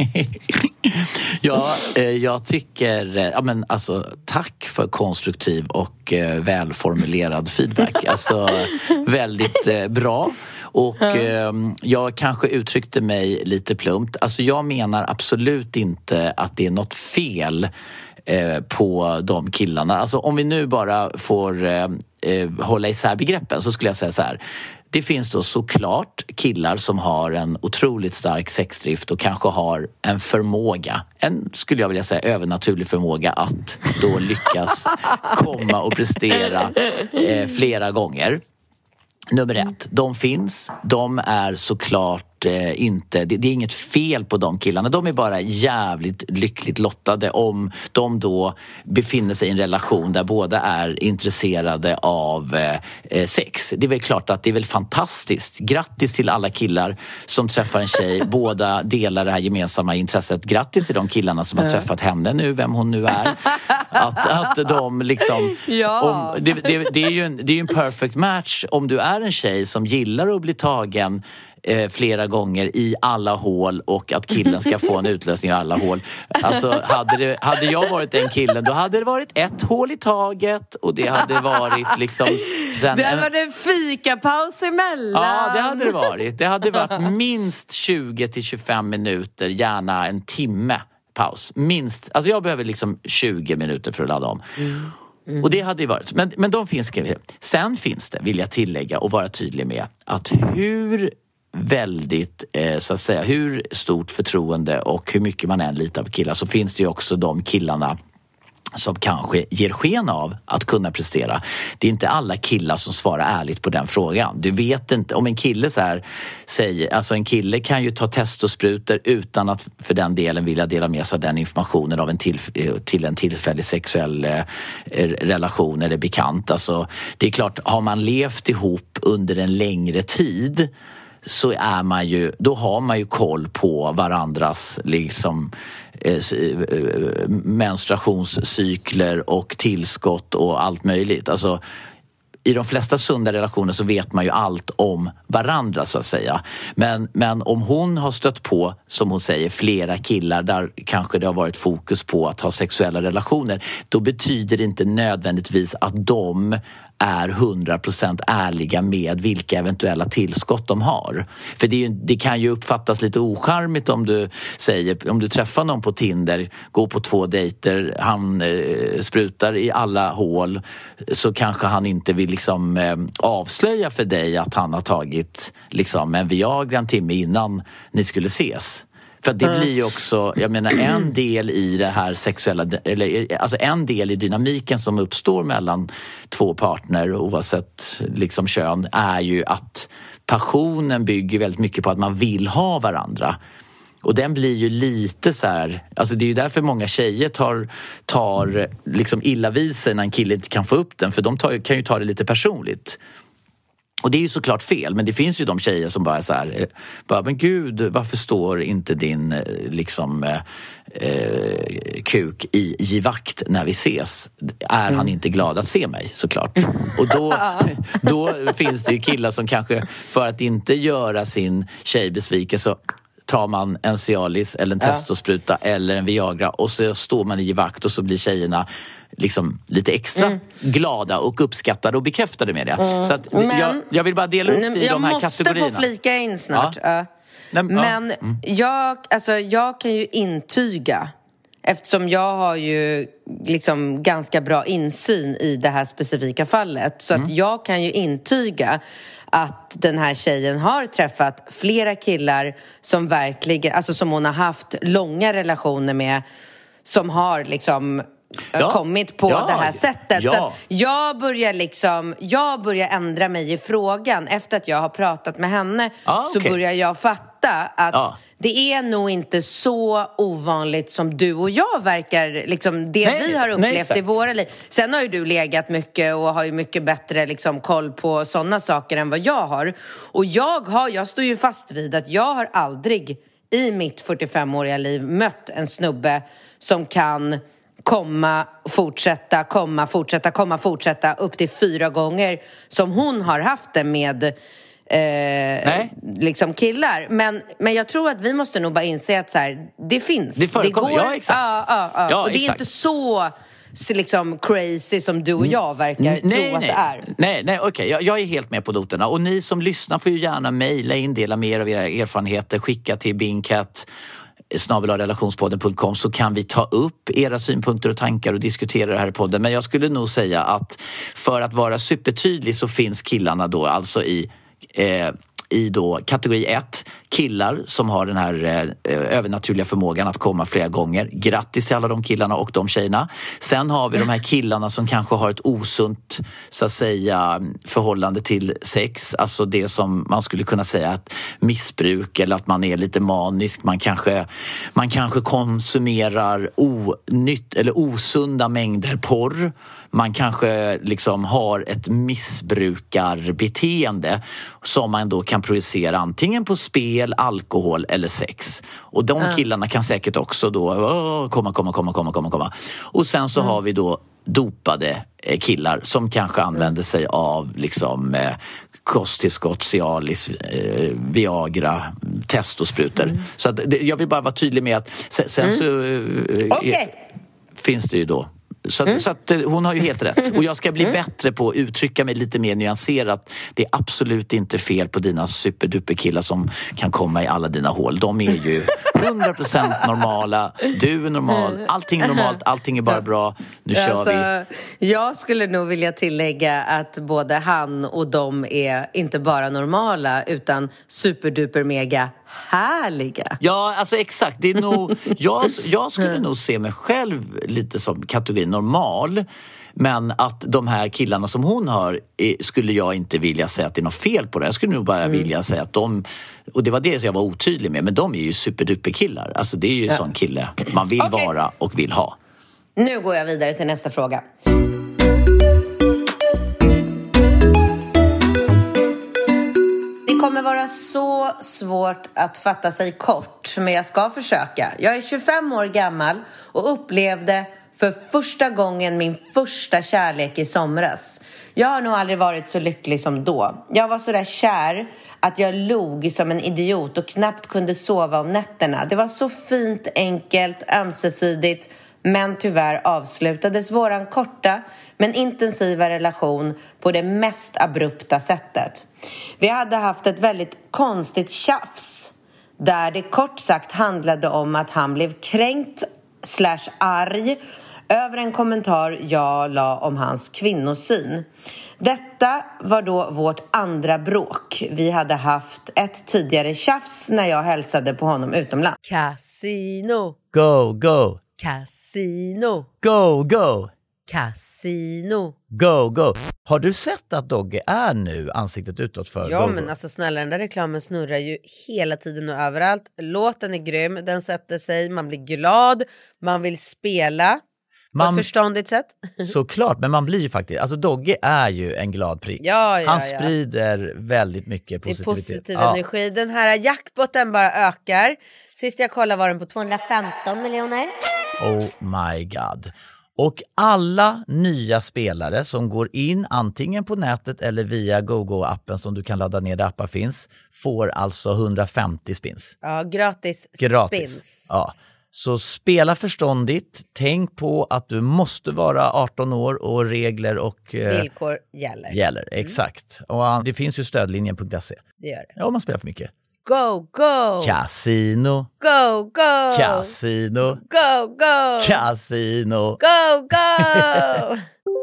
ja jag tycker, ja men alltså tack för konstruktiv och eh, välformulerad feedback. Alltså väldigt eh, bra. Och eh, jag kanske uttryckte mig lite plumpt. Alltså jag menar absolut inte att det är något fel eh, på de killarna. Alltså om vi nu bara får eh, hålla isär begreppen så skulle jag säga så här. Det finns då såklart killar som har en otroligt stark sexdrift och kanske har en förmåga, en skulle jag vilja säga övernaturlig förmåga att då lyckas komma och prestera eh, flera gånger. Nummer ett, de finns, de är såklart eh, inte, det, det är inget fel på de killarna, de är bara jävligt lyckligt lottade om de då befinner sig i en relation där båda är intresserade av eh, sex. Det är väl klart att det är väl fantastiskt. Grattis till alla killar som träffar en tjej, båda delar det här gemensamma intresset. Grattis till de killarna som har träffat henne nu, vem hon nu är. Att, att de liksom, ja. om, det, det, det är ju en, det är ju en perfect match om du är en tjej som gillar att bli tagen eh, flera gånger i alla hål och att killen ska få en utlösning i alla hål. Alltså hade, det, hade jag varit den killen, då hade det varit ett hål i taget och det hade varit liksom sen, det hade varit en fikapaus emellan. Ja, det hade det varit. Det hade varit minst tjugo till tjugofem minuter, gärna en timme paus. Minst, alltså jag behöver liksom tjugo minuter för att ladda om. Mm. Mm. Och det hade ju varit. Men, men de finns, sen finns det, vill jag tillägga och vara tydlig med, att hur väldigt, eh, så att säga, hur stort förtroende och hur mycket man än litar på killar, så finns det ju också de killarna som kanske ger sken av att kunna prestera. Det är inte alla killar som svarar ärligt på den frågan. Du vet inte, om en kille så här säger, alltså en kille kan ju ta testosprutor utan att för den delen vilja dela med sig av den informationen av en till, till en tillfällig sexuell eh, relation eller bekant. Alltså det är klart, har man levt ihop under en längre tid så är man ju, då har man ju koll på varandras liksom menstruationscykler och tillskott och allt möjligt. Alltså i de flesta sunda relationer så vet man ju allt om varandra så att säga. Men, men om hon har stött på, som hon säger, flera killar där kanske det har varit fokus på att ha sexuella relationer, då betyder det inte nödvändigtvis att de är hundra procent ärliga med vilka eventuella tillskott de har. För det, är ju, det kan ju uppfattas lite ocharmigt om du säger, om du träffar någon på Tinder, går på två dejter, han eh, sprutar i alla hål, så kanske han inte vill liksom eh, avslöja för dig att han har tagit liksom en Viagra en timme innan ni skulle ses. För det blir ju också, jag menar, en del i det här sexuella, eller alltså en del i dynamiken som uppstår mellan två partner oavsett liksom kön, är ju att passionen bygger väldigt mycket på att man vill ha varandra. Och den blir ju lite så här, alltså det är ju därför många tjejer tar, tar liksom illa vid sig när en kille inte kan få upp den, för de tar, kan ju ta det lite personligt. Och det är ju såklart fel, men det finns ju de tjejer som bara så här, bara, men gud, varför står inte din liksom eh, kuk i givakt när vi ses? Är mm. han inte glad att se mig, såklart? Och då, då finns det ju killar som kanske, för att inte göra sin tjej besviken, så tar man en Cialis eller en ja. testospruta eller en Viagra, och så står man i givakt, och så blir tjejerna liksom lite extra mm. glada och uppskattade och bekräftade med det. Mm. Så att men, jag, jag vill bara dela upp det i de här kategorierna. Jag måste få flika in snart. Ja. Uh. Men ja. mm. jag, alltså, jag kan ju intyga, eftersom jag har ju liksom ganska bra insyn i det här specifika fallet, så mm. att jag kan ju intyga att den här tjejen har träffat flera killar som verkligen, alltså som hon har haft långa relationer med, som har liksom ja. kommit på ja. det här sättet. Ja. Så jag börjar liksom, jag börjar ändra mig i frågan efter att jag har pratat med henne. Ah, okay. Så börjar jag fatta att ah. det är nog inte så ovanligt som du och jag verkar, liksom det nej, vi har upplevt nej, i våra liv. Sen har ju du legat mycket och har ju mycket bättre liksom koll på sådana saker än vad jag har. Och jag har, jag står ju fast vid att jag har aldrig i mitt fyrtiofemåriga liv mött en snubbe som kan komma, fortsätta, komma, fortsätta, komma, fortsätta upp till fyra gånger som hon har haft det med eh, liksom killar. Men, men jag tror att vi måste nog bara inse att så här, det finns. Det förekommer, det går, ja exakt. Ja, ja, ja. Ja, och det är exakt. inte så liksom crazy som du och jag verkar nej, tro nej. att det är. Nej, nej, okej. Okay. Jag, jag är helt med på noterna. Och ni som lyssnar får ju gärna mejla in, dela med er av era erfarenheter, skicka till bingcat snabel-a relationspodden punkt com, så kan vi ta upp era synpunkter och tankar och diskutera det här i podden. Men jag skulle nog säga att för att vara supertydlig så finns killarna då alltså i eh, i då kategori ett, killar som har den här eh, övernaturliga förmågan att komma flera gånger. Grattis till alla de killarna och de tjejerna. Sen har vi de här killarna som kanske har ett osunt, så att säga, förhållande till sex. Alltså det som man skulle kunna säga att missbruk, eller att man är lite manisk. Man kanske, man kanske konsumerar onytt eller osunda mängder porr. Man kanske liksom har ett missbrukarbeteende som man då kan projicera antingen på spel, alkohol eller sex. Och de mm. killarna kan säkert också då komma, komma, komma, komma, komma, komma. Och sen så mm. har vi då dopade killar som kanske använder sig av liksom eh, kosttillskott, Cialis, eh, Viagra, testosprutor. Mm. Så att, det, jag vill bara vara tydlig med att sen, sen mm. så eh, okay. finns det ju då. Så, att, mm. så att hon har ju helt rätt. Och jag ska bli mm. bättre på att uttrycka mig lite mer nyanserat. Det är absolut inte fel på dina superduperkillar som kan komma i alla dina hål. De är ju hundra procent normala. Du är normal. Allting är normalt. Allting är bara bra. Nu kör alltså, vi. Jag skulle nog vilja tillägga att både han och de är inte bara normala utan superduper mega härliga. Ja, alltså exakt. Det är nog, jag, jag skulle nog se mig själv lite som kategori normal. Men att de här killarna som hon har skulle jag inte vilja säga att det är något fel på det. Jag skulle nog bara mm. vilja säga att de, och det var det som jag var otydlig med, men de är ju superduper killar. Alltså det är ju ja. sån kille man vill okay. vara och vill ha. Nu går jag vidare till nästa fråga. Det kommer vara så svårt att fatta sig kort, men jag ska försöka. Jag är tjugofem år gammal och upplevde för första gången min första kärlek i somras. Jag har nog aldrig varit så lycklig som då. Jag var så där kär att jag log som en idiot och knappt kunde sova om nätterna. Det var så fint, enkelt, ömsesidigt, men tyvärr avslutades våran korta men intensiva relation på det mest abrupta sättet. Vi hade haft ett väldigt konstigt tjafs där det kort sagt handlade om att han blev kränkt slash arg över en kommentar jag la om hans kvinnosyn. Detta var då vårt andra bråk. Vi hade haft ett tidigare tjafs när jag hälsade på honom utomlands. Casino. Go, go. Casino. Go, go. Casino. Go, go. Har du sett att Dogge är nu ansiktet utåt för Ja, Go, men go? alltså snälla, den där reklamen snurrar ju hela tiden och överallt. Låten är grym, den sätter sig, man blir glad, man vill spela Man, på ett förståndigt sätt. Såklart, men man blir ju faktiskt... Alltså Dogge är ju en glad prick. Ja, ja, Han ja. sprider väldigt mycket Det är positivitet. positiv Ja. energi. Den här jackpotten bara ökar. Sist jag kollade var den på tvåhundrafemton miljoner. Oh my god. Och alla nya spelare som går in antingen på nätet eller via GoGo-appen som du kan ladda ner där appar finns får alltså hundrafemtio spins. Ja, gratis, Gratis. spins. Ja. Så spela förståndigt. Tänk på att du måste vara arton år och regler och eh, Villkor gäller. gäller. Exakt. Och uh, det finns ju stödlinjen punkt se. Det gör det. Ja, om man spelar för mycket. Go, go! Casino. Go, go! Casino. Go, go! Casino. Go, go!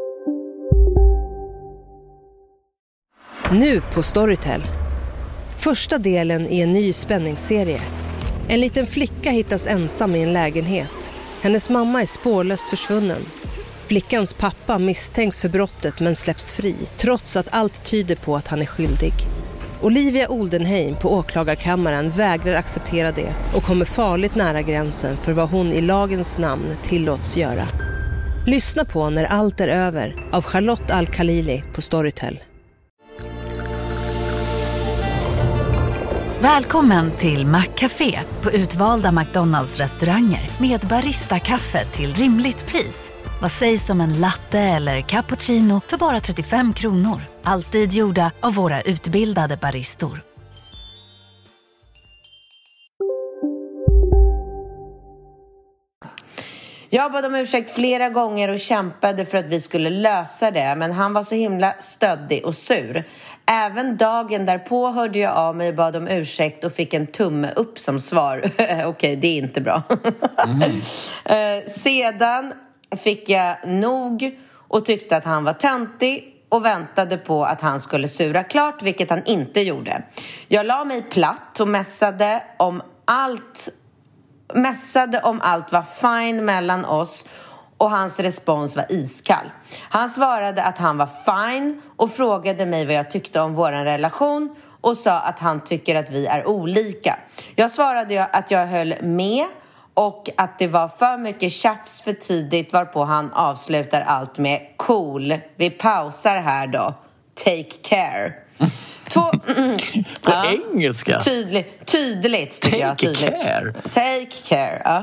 Nu på Storytel. Första delen i en ny spänningsserie. En liten flicka hittas ensam i en lägenhet. Hennes mamma är spårlöst försvunnen. Flickans pappa misstänks för brottet men släpps fri, trots att allt tyder på att han är skyldig. Olivia Oldenheim på åklagarkammaren vägrar acceptera det och kommer farligt nära gränsen för vad hon i lagens namn tillåts göra. Lyssna på När allt är över av Charlotte Al-Khalili på Storytel. Välkommen till Maccafé på utvalda McDonalds-restauranger med barista-kaffe till rimligt pris. Vad sägs om en latte eller cappuccino för bara trettiofem kronor? Alltid gjorda av våra utbildade baristor. Jag bad om ursäkt flera gånger och kämpade för att vi skulle lösa det. Men han var så himla stöddig och sur. Även dagen därpå hörde jag av mig och bad om ursäkt och fick en tumme upp som svar. Okej, okay, det är inte bra. Mm. eh, sedan fick jag nog och tyckte att han var töntig och väntade på att han skulle sura klart, vilket han inte gjorde. Jag la mig platt och mässade om allt mässade om allt var fine mellan oss och hans respons var iskall. Han svarade att han var fine och frågade mig vad jag tyckte om vår relation och sa att han tycker att vi är olika. Jag svarade att jag höll med och att det var för mycket tjafs för tidigt, varpå han avslutar allt med cool. Vi pausar här då. Take care. Två, mm, på ja, engelska. Tydligt, tydligt tycker jag. Take care. Take care, ja.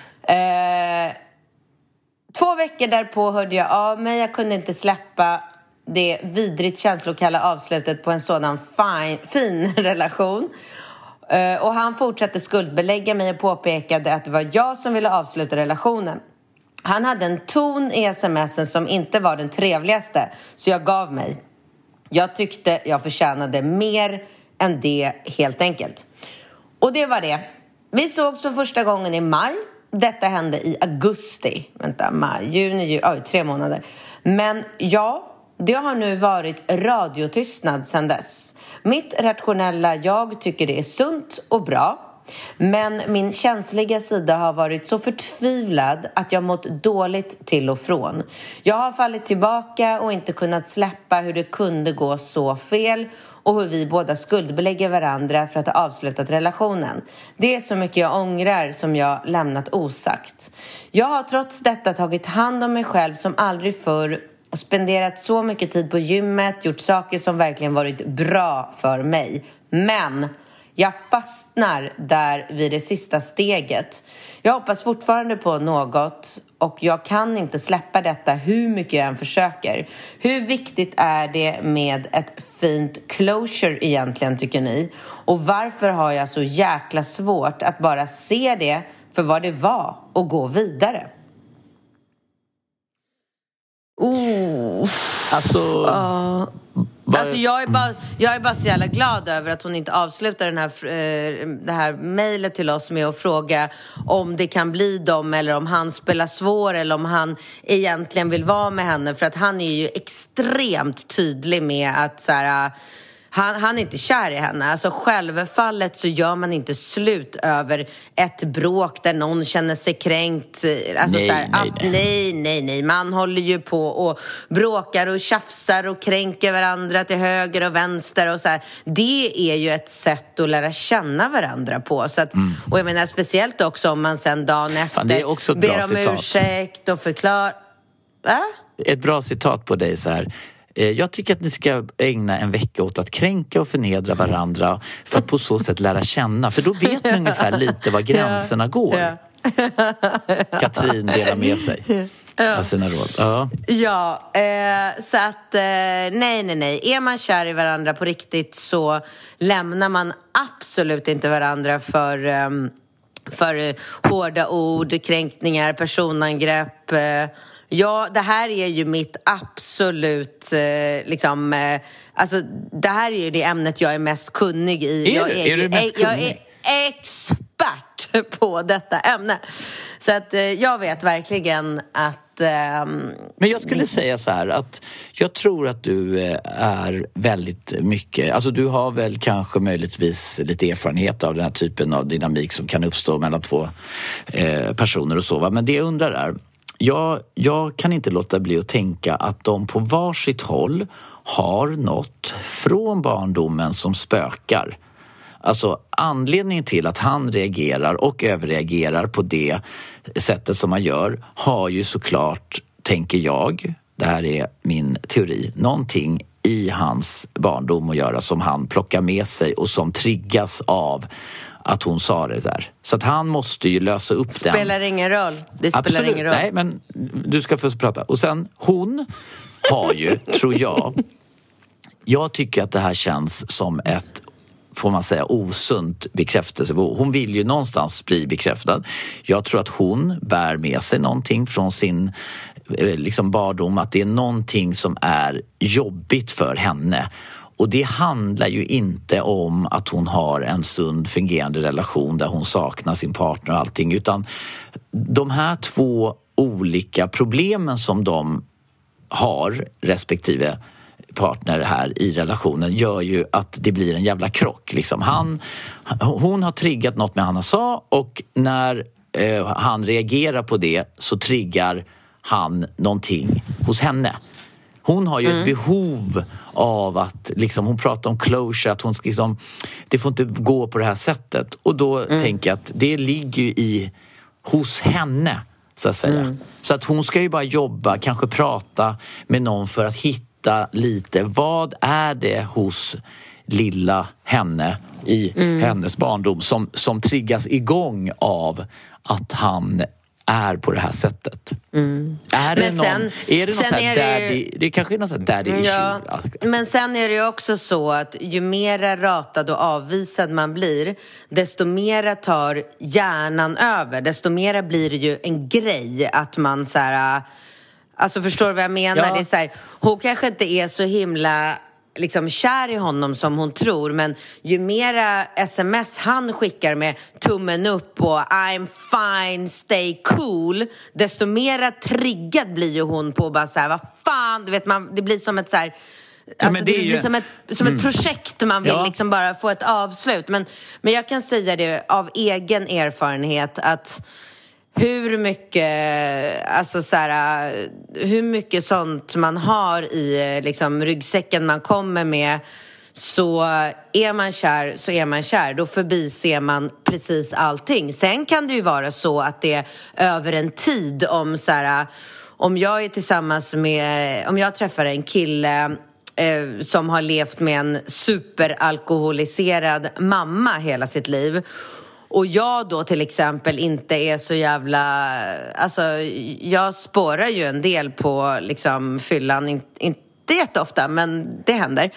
Eh, två veckor därpå hörde jag av mig. Jag kunde inte släppa det vidrigt känslokalla avslutet på en sådan fin, fin relation. Eh, och han fortsatte skuldbelägga mig och påpekade att det var jag som ville avsluta relationen. Han hade en ton i smsen som inte var den trevligaste, så jag gav mig. Jag tyckte jag förtjänade mer än det, helt enkelt. Och det var det. Vi sågs för första gången i maj. Detta hände i augusti. Vänta, maj, juni, juli, oj, tre månader. Men ja, det har nu varit radiotystnad sedan dess. Mitt rationella jag tycker det är sunt och bra. Men min känsliga sida har varit så förtvivlad att jag mått dåligt till och från. Jag har fallit tillbaka och inte kunnat släppa hur det kunde gå så fel och hur vi båda skuldbelägger varandra för att ha avslutat relationen. Det är så mycket jag ångrar som jag lämnat osagt. Jag har trots detta tagit hand om mig själv som aldrig förr och spenderat så mycket tid på gymmet, gjort saker som verkligen varit bra för mig. Men jag fastnar där vid det sista steget. Jag hoppas fortfarande på något och jag kan inte släppa detta hur mycket jag än försöker. Hur viktigt är det med ett fint closure egentligen, tycker ni? Och varför har jag så jäkla svårt att bara se det för vad det var och gå vidare? Oh. Alltså... Uh. Alltså jag är, bara, jag är bara så jävla glad över att hon inte avslutar den här, eh, det här mejlet till oss med att fråga om det kan bli dem eller om han spelar svår eller om han egentligen vill vara med henne. För att han är ju extremt tydlig med att så här, Han, han är inte kär i henne. Alltså självfallet så gör man inte slut över ett bråk där någon känner sig kränkt. Alltså nej, så här, nej, att, nej. nej, nej, nej. Man håller ju på och bråkar och tjafsar och kränker varandra till höger och vänster. Och så här. Det är ju ett sätt att lära känna varandra på. Så att, mm. Och jag menar speciellt också om man sen dagen efter det är också ett ber bra om citat. ursäkt och förklarar. Va? Ett bra citat på dig så här. Jag tycker att ni ska ägna en vecka åt att kränka och förnedra varandra för att på så sätt lära känna. För då vet man ungefär lite var gränserna går. Ja. Katrin delar med sig av sina råd. Ja, ja eh, så att eh, nej, nej, nej. Är man kär i varandra på riktigt så lämnar man absolut inte varandra för... Eh, för hårda ord, kränkningar, personangrepp. Ja, det här är ju mitt absolut liksom, alltså det här är ju det ämnet jag är mest kunnig i. Är jag du? är, är du mest jag kunnig? är expert på detta ämne. Så att jag vet verkligen att men jag skulle säga så här att jag tror att du är väldigt mycket, alltså du har väl kanske möjligtvis lite erfarenhet av den här typen av dynamik som kan uppstå mellan två eh, personer och så, va? Men det jag undrar är, jag, jag kan inte låta bli att tänka att de på varsitt håll har något från barndomen som spökar. Alltså anledningen till att han reagerar och överreagerar på det sättet som man gör har ju såklart, tänker jag, det här är min teori, någonting i hans barndom att göra som han plockar med sig och som triggas av att hon sa det där. Så att han måste ju lösa upp spelar den. Spelar ingen roll. Det spelar Absolut. ingen roll. Nej, men du ska få prata. Och sen, hon har ju, tror jag, jag tycker att det här känns som ett, får man säga, osunt bekräftelsebehov. Hon vill ju någonstans bli bekräftad. Jag tror att hon bär med sig någonting från sin liksom barndom, att det är någonting som är jobbigt för henne. Och det handlar ju inte om att hon har en sund fungerande relation där hon saknar sin partner och allting, utan de här två olika problemen som de har respektive partner här i relationen gör ju att det blir en jävla krock. Liksom. Han, hon har triggat något med Hanna sa, och när eh, han reagerar på det så triggar han någonting hos henne. Hon har ju mm. ett behov av att, liksom, hon pratar om closure, att hon ska, liksom, det får inte gå på det här sättet. Och då mm. tänker jag att det ligger ju i, hos henne, så att säga. Mm. Så att hon ska ju bara jobba, kanske prata med någon för att hitta lite, vad är det hos lilla henne i mm. hennes barndom som, som triggas igång av att han är på det här sättet. Mm. Är det men någon, sen, är det någon sån här är daddy, det, det kanske är någon sån här daddy ja, issue. Men sen är det ju också så att ju mer ratad och avvisad man blir, desto mera tar hjärnan över, desto mera blir det ju en grej att man så här, alltså förstår du vad jag menar? Ja. Det är så här, hon kanske inte är så himla liksom kär i honom som hon tror, men ju mera sms han skickar med tummen upp och I'm fine, stay cool, desto mera triggad blir ju hon på bara så här, vad fan, du vet, man, det blir som ett så här, ja, alltså det, det blir ju som ett, som mm. ett projekt man vill ja. liksom bara få ett avslut, men, men jag kan säga det av egen erfarenhet att hur mycket, alltså så här, hur mycket sånt man har i liksom ryggsäcken man kommer med, så är man kär så är man kär. Då förbiser man precis allting. Sen kan det ju vara så att det är över en tid, om så här, om jag är tillsammans med, om jag träffar en kille eh, som har levt med en superalkoholiserad mamma hela sitt liv, och jag då till exempel inte är så jävla, alltså jag spårar ju en del på liksom fyllan, in, inte jätteofta, men det händer.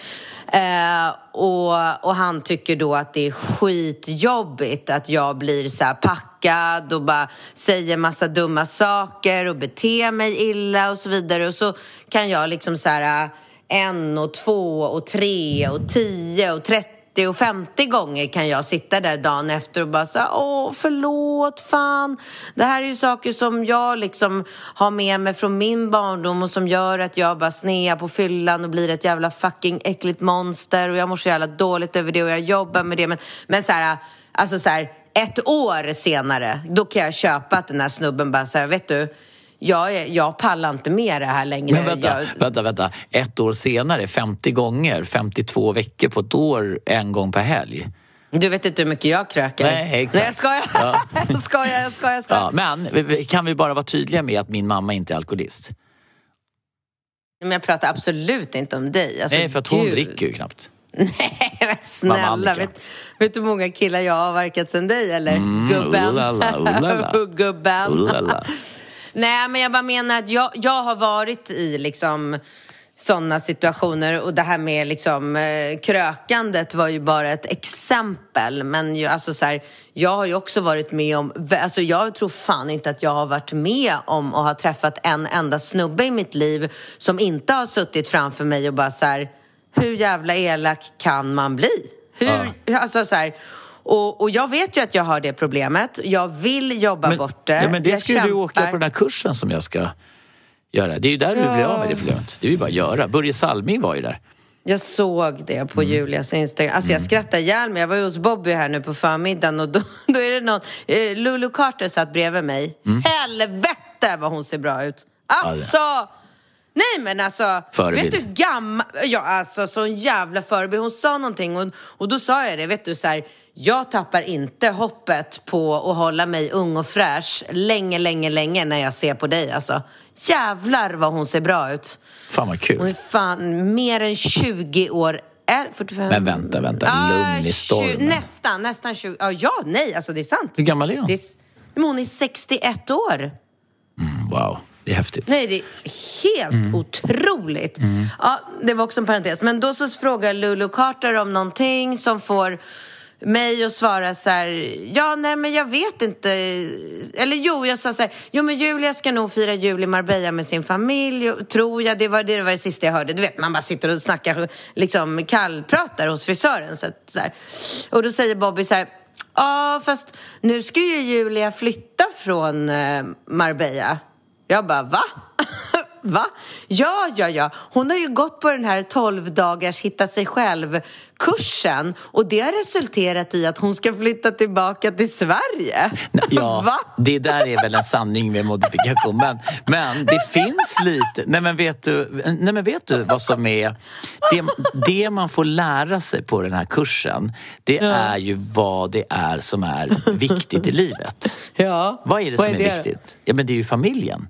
Eh, och, och han tycker då att det är skitjobbigt att jag blir så här packad och bara säger massa dumma saker och beter mig illa och så vidare. Och så kan jag liksom så här en och två och tre och tio och trettio trettio och femtio gånger kan jag sitta där dagen efter och bara säga, åh förlåt, fan. Det här är ju saker som jag liksom har med mig från min barndom och som gör att jag bara snear på fyllan och blir ett jävla fucking äckligt monster och jag mår så jävla dåligt över det och jag jobbar med det. Men, men så här, alltså så här, ett år senare, då kan jag köpa att den här snubben bara säger, vet du, Jag, jag pallar inte med det här längre. Men vänta, jag... vänta, vänta. Ett år senare, femtio gånger, femtiotvå veckor på ett år, en gång per helg. Du vet inte hur mycket jag krökar. Nej, exakt. Nej, jag skojar. Ja. jag skojar, jag skojar, jag skojar. Ja, men kan vi bara vara tydliga med att min mamma inte är alkoholist? Men jag pratar absolut inte om dig. Alltså, Nej, för att hon Gud. dricker ju knappt. Nej, men snälla. Vet, vet du hur många killar jag har avverkat sen dig, eller? Mm, Gubben. Ulala, ulala. Gubben. Ulala. Nej, men jag bara menar att jag, jag har varit i liksom sådana situationer och det här med liksom eh, krökandet var ju bara ett exempel. Men ju, alltså så här, jag har ju också varit med om, alltså jag tror fan inte att jag har varit med om och har träffat en enda snubbe i mitt liv som inte har suttit framför mig och bara så här, hur jävla elak kan man bli? Hur, ja. Alltså så här, Och, och jag vet ju att jag har det problemet. Jag vill jobba men, bort det. Ja, men det jag ska ju kämpar. du åka på den här kursen som jag ska göra. Det är ju där ja. du blir av med det problemet. Det är ju bara att göra. Börje Salming var ju där. Jag såg det på mm. Julias Instagram. Alltså jag Mm. skrattar ihjäl mig. Jag var ju hos Bobby här nu på förmiddagen. Och då, då är det någon... Eh, Lulu Carter satt bredvid mig. Mm. Helvete vad hon ser bra ut. Alltså... Ja, nej men alltså, förebild. Vet du gammal, ja alltså sån jävla förebild. Hon sa någonting och, och då sa jag det, vet du så här, jag tappar inte hoppet på att hålla mig ung och fräsch länge, länge, länge när jag ser på dig alltså. Jävlar vad hon ser bra ut. Fan vad kul. Hon är fan mer än tjugo år. Är fyrtiofem? Men vänta, vänta, ah, lugn i stormen. tjugo, nästan, nästan tjugo. Ah, ja, nej, alltså det är sant. Hur gammal är hon? Det är, men hon är sextioett år. Mm, wow. Det är häftigt. Nej, det är helt mm. otroligt. Mm. Ja, det var också en parentes. Men då så frågar Lulu Carter om någonting som får mig att svara så här, ja, nej, men jag vet inte. Eller jo, jag sa så här, jo, men Julia ska nog fira jul i Marbella med sin familj. Tror jag, det var det, var det sista jag hörde. Du vet, man bara sitter och snackar, liksom kallpratar hos frisören. Så, så här. Och då säger Bobby så här, ja, fast nu ska ju Julia flytta från eh, Marbella. Jag bara, va? Va? Ja, ja, ja. Hon har ju gått på den här tolv dagars hitta sig själv-kursen. Och det har resulterat i att hon ska flytta tillbaka till Sverige. Ja, va? Det där är väl en sanning med modifikation. Men, men det finns lite... Nej men, vet du, nej, men vet du vad som är... Det, det man får lära sig på den här kursen, det ja. är ju vad det är som är viktigt i livet. Ja. Vad är det vad som är, är det? viktigt? Ja, men det är ju familjen.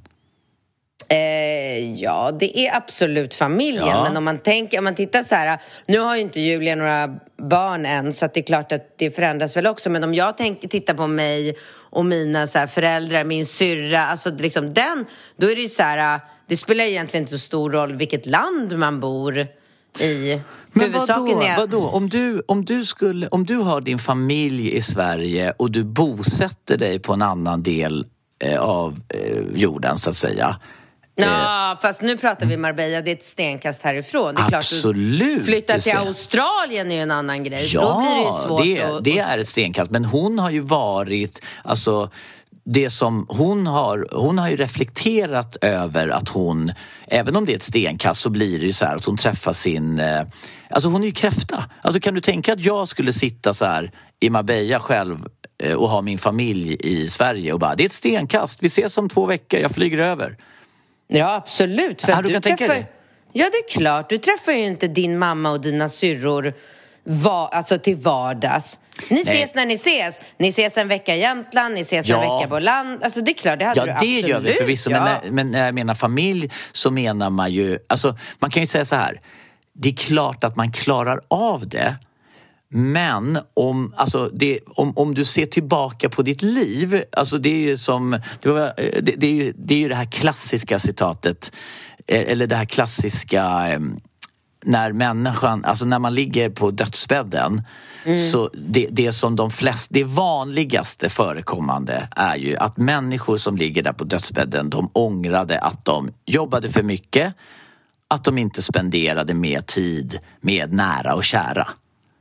Eh, ja, det är absolut familjen. Ja. Men om man tänker, om man tittar så här, nu har ju inte Julia några barn än, så att det är klart att det förändras väl också. Men om jag tänker, tittar på mig och mina så här, föräldrar, min syrra, alltså liksom den, då är det ju så här, det spelar egentligen inte så stor roll vilket land man bor i. Men vadå, är... vadå? Om du, om, du skulle, om du har din familj i Sverige och du bosätter dig på en annan del eh, av eh, jorden så att säga. Ja, fast nu pratar vi Marbella, det är ett stenkast härifrån. Det är absolut. Klart, flytta till Australien är ju en annan grej. Ja, då blir det ju svårt det, att, det är ett stenkast. Men hon har ju varit, alltså det som hon har, hon har ju reflekterat över att hon, även om det är ett stenkast så blir det ju så här att hon träffar sin, alltså hon är ju kräfta. Alltså kan du tänka att jag skulle sitta så här i Marbella själv och ha min familj i Sverige och bara, det är ett stenkast, vi ses om två veckor, jag flyger över. Ja, absolut. För ja, du kan träffar... tänka dig. Ja, det är klart. Du träffar ju inte din mamma och dina syrror va... alltså till vardags. Ni Nej. ses när ni ses. Ni ses en vecka i Jämtland, ni ses ja. en vecka på land. Alltså det är klart, det hade ja, du det absolut. gör vi förvisso. Ja. Men, när, men när jag menar familj så menar man ju, alltså man kan ju säga så här. Det är klart att man klarar av det. Men om, alltså det, om, om du ser tillbaka på ditt liv, alltså det är ju som det, var, det, det, är ju, det är ju det här klassiska citatet, eller det här klassiska när människan, alltså när man ligger på dödsbädden, mm. så det, det som de flesta, det vanligaste förekommande är ju att människor som ligger där på dödsbädden, de ångrade att de jobbade för mycket, att de inte spenderade mer tid med nära och kära.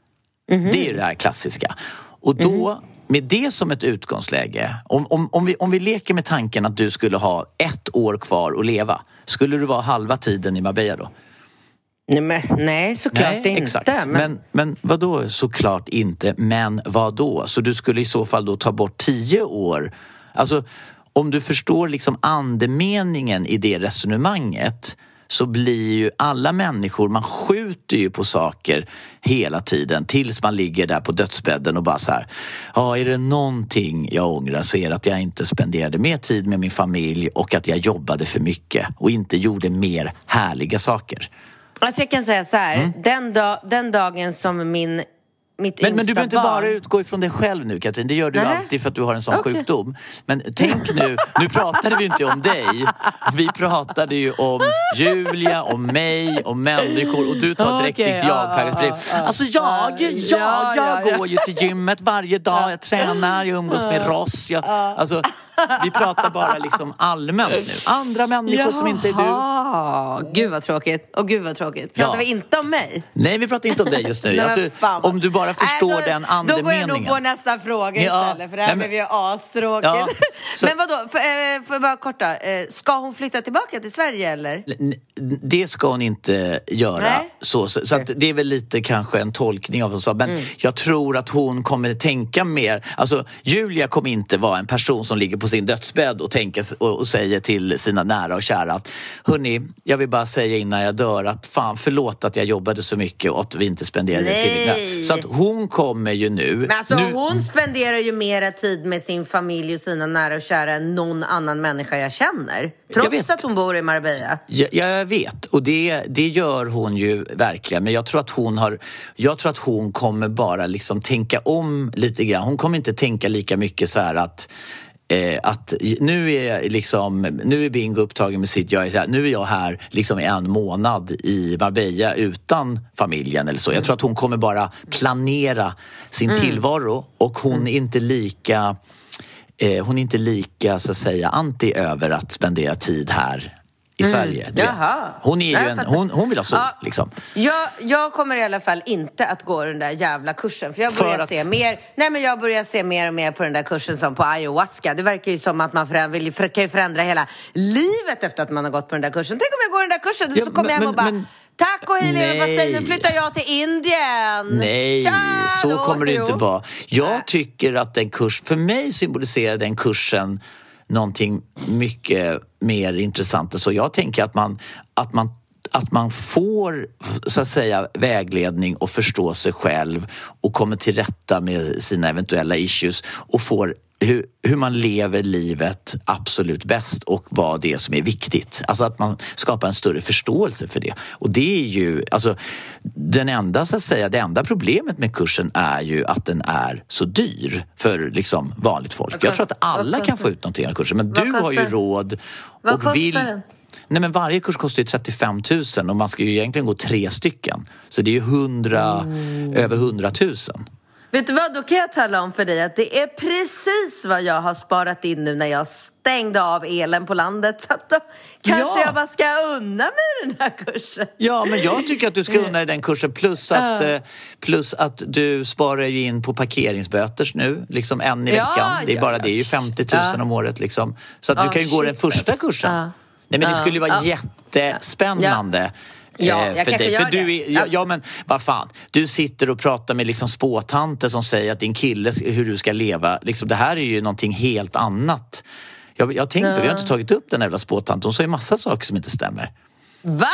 Mm-hmm. Det är det här klassiska. Och då, mm. med det som ett utgångsläge, om, om, om, vi, om vi leker med tanken att du skulle ha ett år kvar att leva, skulle du vara halva tiden i Marbella då? Nej, men, nej såklart nej, inte. Exakt. Men... men, men vad då såklart inte, men vad då? Så du skulle i så fall då ta bort tio år. Alltså, om du förstår liksom andemeningen i det resonemanget, så blir ju alla människor, man skjuter ju på saker hela tiden tills man ligger där på dödsbädden och bara så här, ja, är det någonting jag ångrar så är det att jag inte spenderade mer tid med min familj och att jag jobbade för mycket och inte gjorde mer härliga saker. Alltså jag kan säga så här, mm. den, dag, den dagen som min mitt men, men du behöver inte barn... bara utgå ifrån dig själv nu, Katrin. Det gör du Nähe. alltid för att du har en sån okay. sjukdom. Men tänk nu, nu pratade vi inte om dig. Vi pratade ju om Julia, om mig, om människor. Och du tar direkt okay, ditt jag-perspektiv. Ja, ja, alltså jag, jag, ja, jag ja, går ja. ju till gymmet varje dag. Jag tränar, jag umgås med Ross. Jag, alltså, vi pratar bara liksom allmänt nu. Andra människor Jaha. som inte är du. Gud vad tråkigt. Och gud vad tråkigt. Pratar ja. vi inte om mig? Nej, vi pratar inte om dig just nu. Alltså, om du bara förstår äh, då, den andemeningen. Då går jag nog på nästa fråga ja. istället. För det här Nej, men, blev ju astråkigt. Ja, men vadå, för, för, för bara korta. Ska hon flytta tillbaka till Sverige eller? Det ska hon inte göra. Så, så, så att det är väl lite kanske en tolkning av vad hon sa. Men mm. jag tror att hon kommer tänka mer. Alltså, Julia kommer inte vara en person som ligger på sin dödsbädd och tänker och, och säger till sina nära och kära att hörni, jag vill bara säga innan jag dör att fan, förlåt att jag jobbade så mycket och att vi inte spenderade tillräckligt. Så att hon kommer ju nu... Men alltså nu, hon spenderar ju mera tid med sin familj och sina nära och kära än någon annan människa jag känner. Trots jag att hon bor i Marbella. Ja, jag vet. Och det, det gör hon ju verkligen. Men jag tror att hon har... Jag tror att hon kommer bara liksom tänka om lite grann. Hon kommer inte tänka lika mycket så här att... Eh, att nu är liksom nu är Bingo upptagen med sitt jag är här, nu är jag här liksom i en månad i Marbella utan familjen eller så. Jag tror att hon kommer bara planera sin mm. tillvaro och hon mm. är inte lika eh, hon är inte lika så att säga anti över att spendera tid här i mm. Sverige. Du vet. Hon är ju Nej, en, hon, hon vill ha sol ja. liksom. Jag, jag kommer i alla fall inte att gå den där jävla kursen. För jag börjar för att... se mer Nej men jag börjar se mer och mer på den där kursen som på ayahuasca. Det verkar ju som att man förändra, vill, för, kan ju förändra hela livet efter att man har gått på den där kursen. Tänk om jag går den där kursen ja, så kommer men, jag hem och bara men... Tack och hej leverpastej, nu flyttar jag till Indien. Nej, Tja, så kommer det inte vara. Jag tycker att den kurs, för mig symboliserar den kursen någonting mycket mer intressant. Så jag tänker att man, att man att man får så att säga vägledning och förstå sig själv och kommer till rätta med sina eventuella issues och får hur, hur man lever livet absolut bäst och vad det är som är viktigt. Alltså att man skapar en större förståelse för det. Och det är ju, alltså den enda så att säga, det enda problemet med kursen är ju att den är så dyr för liksom vanligt folk. Jag tror att alla kan få ut någonting av kursen, men du har ju råd vad och kostar vill... den? Nej, men varje kurs kostar ju trettiofem tusen och man ska ju egentligen gå tre stycken. Så det är ju hundra, mm. över hundratusen. Vet du vad, då kan jag tala om för dig att det är precis vad jag har sparat in nu när jag stängde av elen på landet. Så att då kanske ja. jag bara ska unna mig den här kursen. Ja, men jag tycker att du ska unna dig den kursen plus att, uh. plus att du sparar ju in på parkeringsböter nu, liksom en i veckan. Ja, det är bara det, är ju femtio tusen uh. om året liksom. Så att uh, du kan ju gå den första kursen. Uh. Nej, men det skulle ju vara uh. jättespännande. Uh. Ja, jag för kanske dig. gör för du det. är, ja, ja, men vad fan. Du sitter och pratar med liksom spåtanter som säger att din kille, hur du ska leva. Liksom, det här är ju någonting helt annat. Jag, jag tänkte, ja. vi har inte tagit upp den jävla spåtanten. Hon sa ju massa saker som inte stämmer. Va?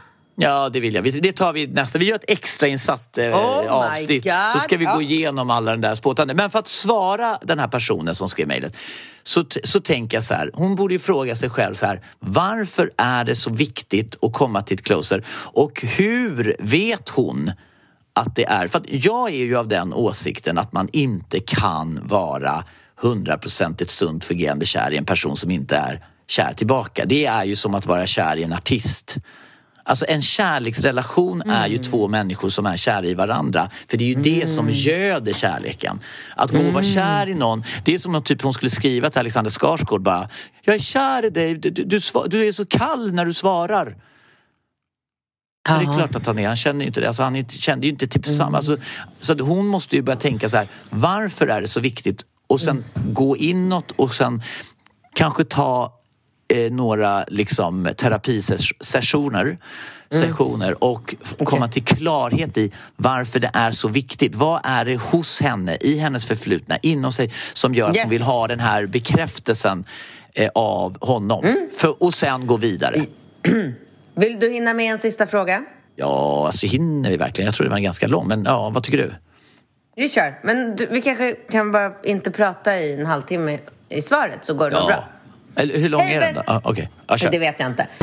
Ja, det vill jag. Det tar vi nästa. Vi gör ett extra insatt eh, oh avsnitt. Så ska vi ja. gå igenom alla den där spåtanten. Men för att svara den här personen som skrev mejlet så, så tänker jag så här. Hon borde ju fråga sig själv så här. Varför är det så viktigt att komma till ett closer? Och hur vet hon att det är? För att jag är ju av den åsikten att man inte kan vara hundraprocentigt sunt fungerande kär i en person som inte är kär tillbaka. Det är ju som att vara kär i en artist. Alltså en kärleksrelation mm. är ju två människor som är kära i varandra. För det är ju mm. det som göder kärleken. Att gå och vara kär i någon. Det är som om typ hon skulle skriva till Alexander Skarsgård bara. Jag är kär i dig, du, du, du, du är så kall när du svarar. Ja, det är klart att han är. Han känner ju inte det. Alltså, han är, kände ju inte typ samma. Mm. Alltså, så att hon måste ju börja tänka så här. Varför är det så viktigt? Och sen mm. gå inåt och sen kanske ta eh, några liksom terapisessioner mm. sessioner och okay. komma till klarhet i varför det är så viktigt. Vad är det hos henne, i hennes förflutna, inom sig som gör att yes. hon vill ha den här bekräftelsen eh, av honom. Mm. För, och sen gå vidare. Vill du hinna med en sista fråga? Ja, alltså hinner vi verkligen. Jag tror det var ganska lång, men ja, vad tycker du? Vi kör, men du, vi kanske kan bara inte prata i en halvtimme i svaret så går det ja. bra. Eller hur lång hey, är den då? Ah, Okej, okay. ja, kör. Det vet jag inte.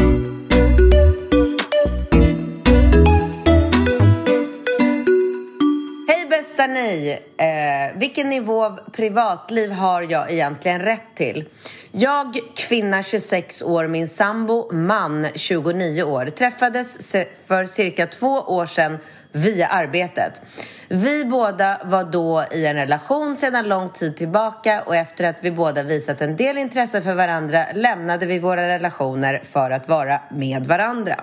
Hej bästa ni! Eh, vilken nivå av privatliv har jag egentligen rätt till? Jag, kvinna tjugosex år, min sambo, man tjugonio år, träffades för cirka två år sedan via arbetet. Vi båda var då i en relation sedan lång tid tillbaka och efter att vi båda visat en del intresse för varandra lämnade vi våra relationer för att vara med varandra.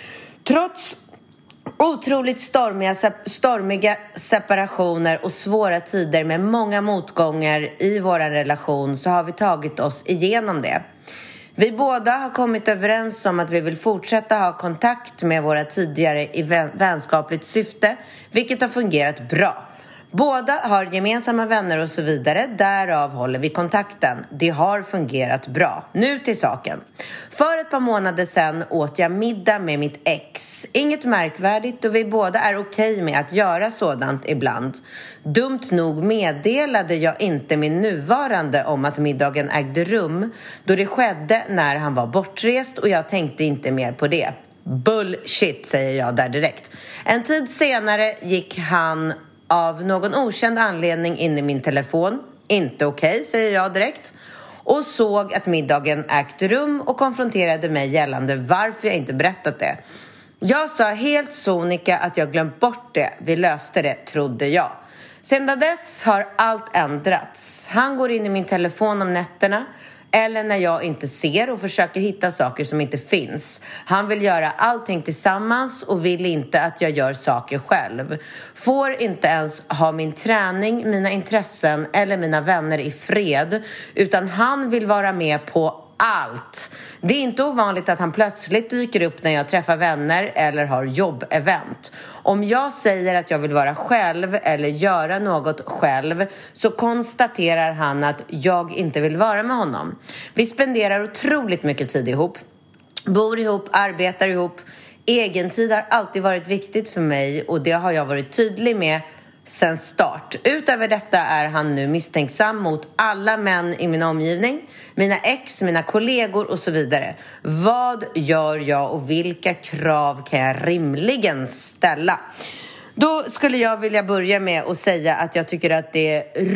Trots otroligt stormiga, stormiga separationer och svåra tider med många motgångar i vår relation så har vi tagit oss igenom det. Vi båda har kommit överens om att vi vill fortsätta ha kontakt med våra tidigare i vänskapligt syfte, vilket har fungerat bra. Båda har gemensamma vänner och så vidare, därav håller vi kontakten. Det har fungerat bra. Nu till saken. För ett par månader sedan åt jag middag med mitt ex. Inget märkvärdigt och vi båda är okej med att göra sådant ibland. Dumt nog meddelade jag inte min nuvarande om att middagen ägde rum, då det skedde när han var bortrest och jag tänkte inte mer på det. Bullshit, säger jag där direkt. En tid senare gick han av någon okänd anledning in i min telefon. Inte okej, okay, säger jag direkt. Och såg att middagen ägt rum och konfronterade mig gällande varför jag inte berättat det. Jag sa helt sonika att jag glömt bort det. Vi löste det, trodde jag. Sedan dess har allt ändrats. Han går in i min telefon om nätterna eller när jag inte ser och försöker hitta saker som inte finns. Han vill göra allting tillsammans och vill inte att jag gör saker själv. Får inte ens ha min träning, mina intressen eller mina vänner i fred, utan han vill vara med på allt. Det är inte ovanligt att han plötsligt dyker upp när jag träffar vänner eller har jobbevent. Om jag säger att jag vill vara själv eller göra något själv så konstaterar han att jag inte vill vara med honom. Vi spenderar otroligt mycket tid ihop. Bor ihop, arbetar ihop. Egentid har alltid varit viktigt för mig och det har jag varit tydlig med sen start. Utöver detta är han nu misstänksam mot alla män i min omgivning, mina ex, mina kollegor och så vidare. Vad gör jag och vilka krav kan jag rimligen ställa? Då skulle jag vilja börja med att säga att jag tycker att det är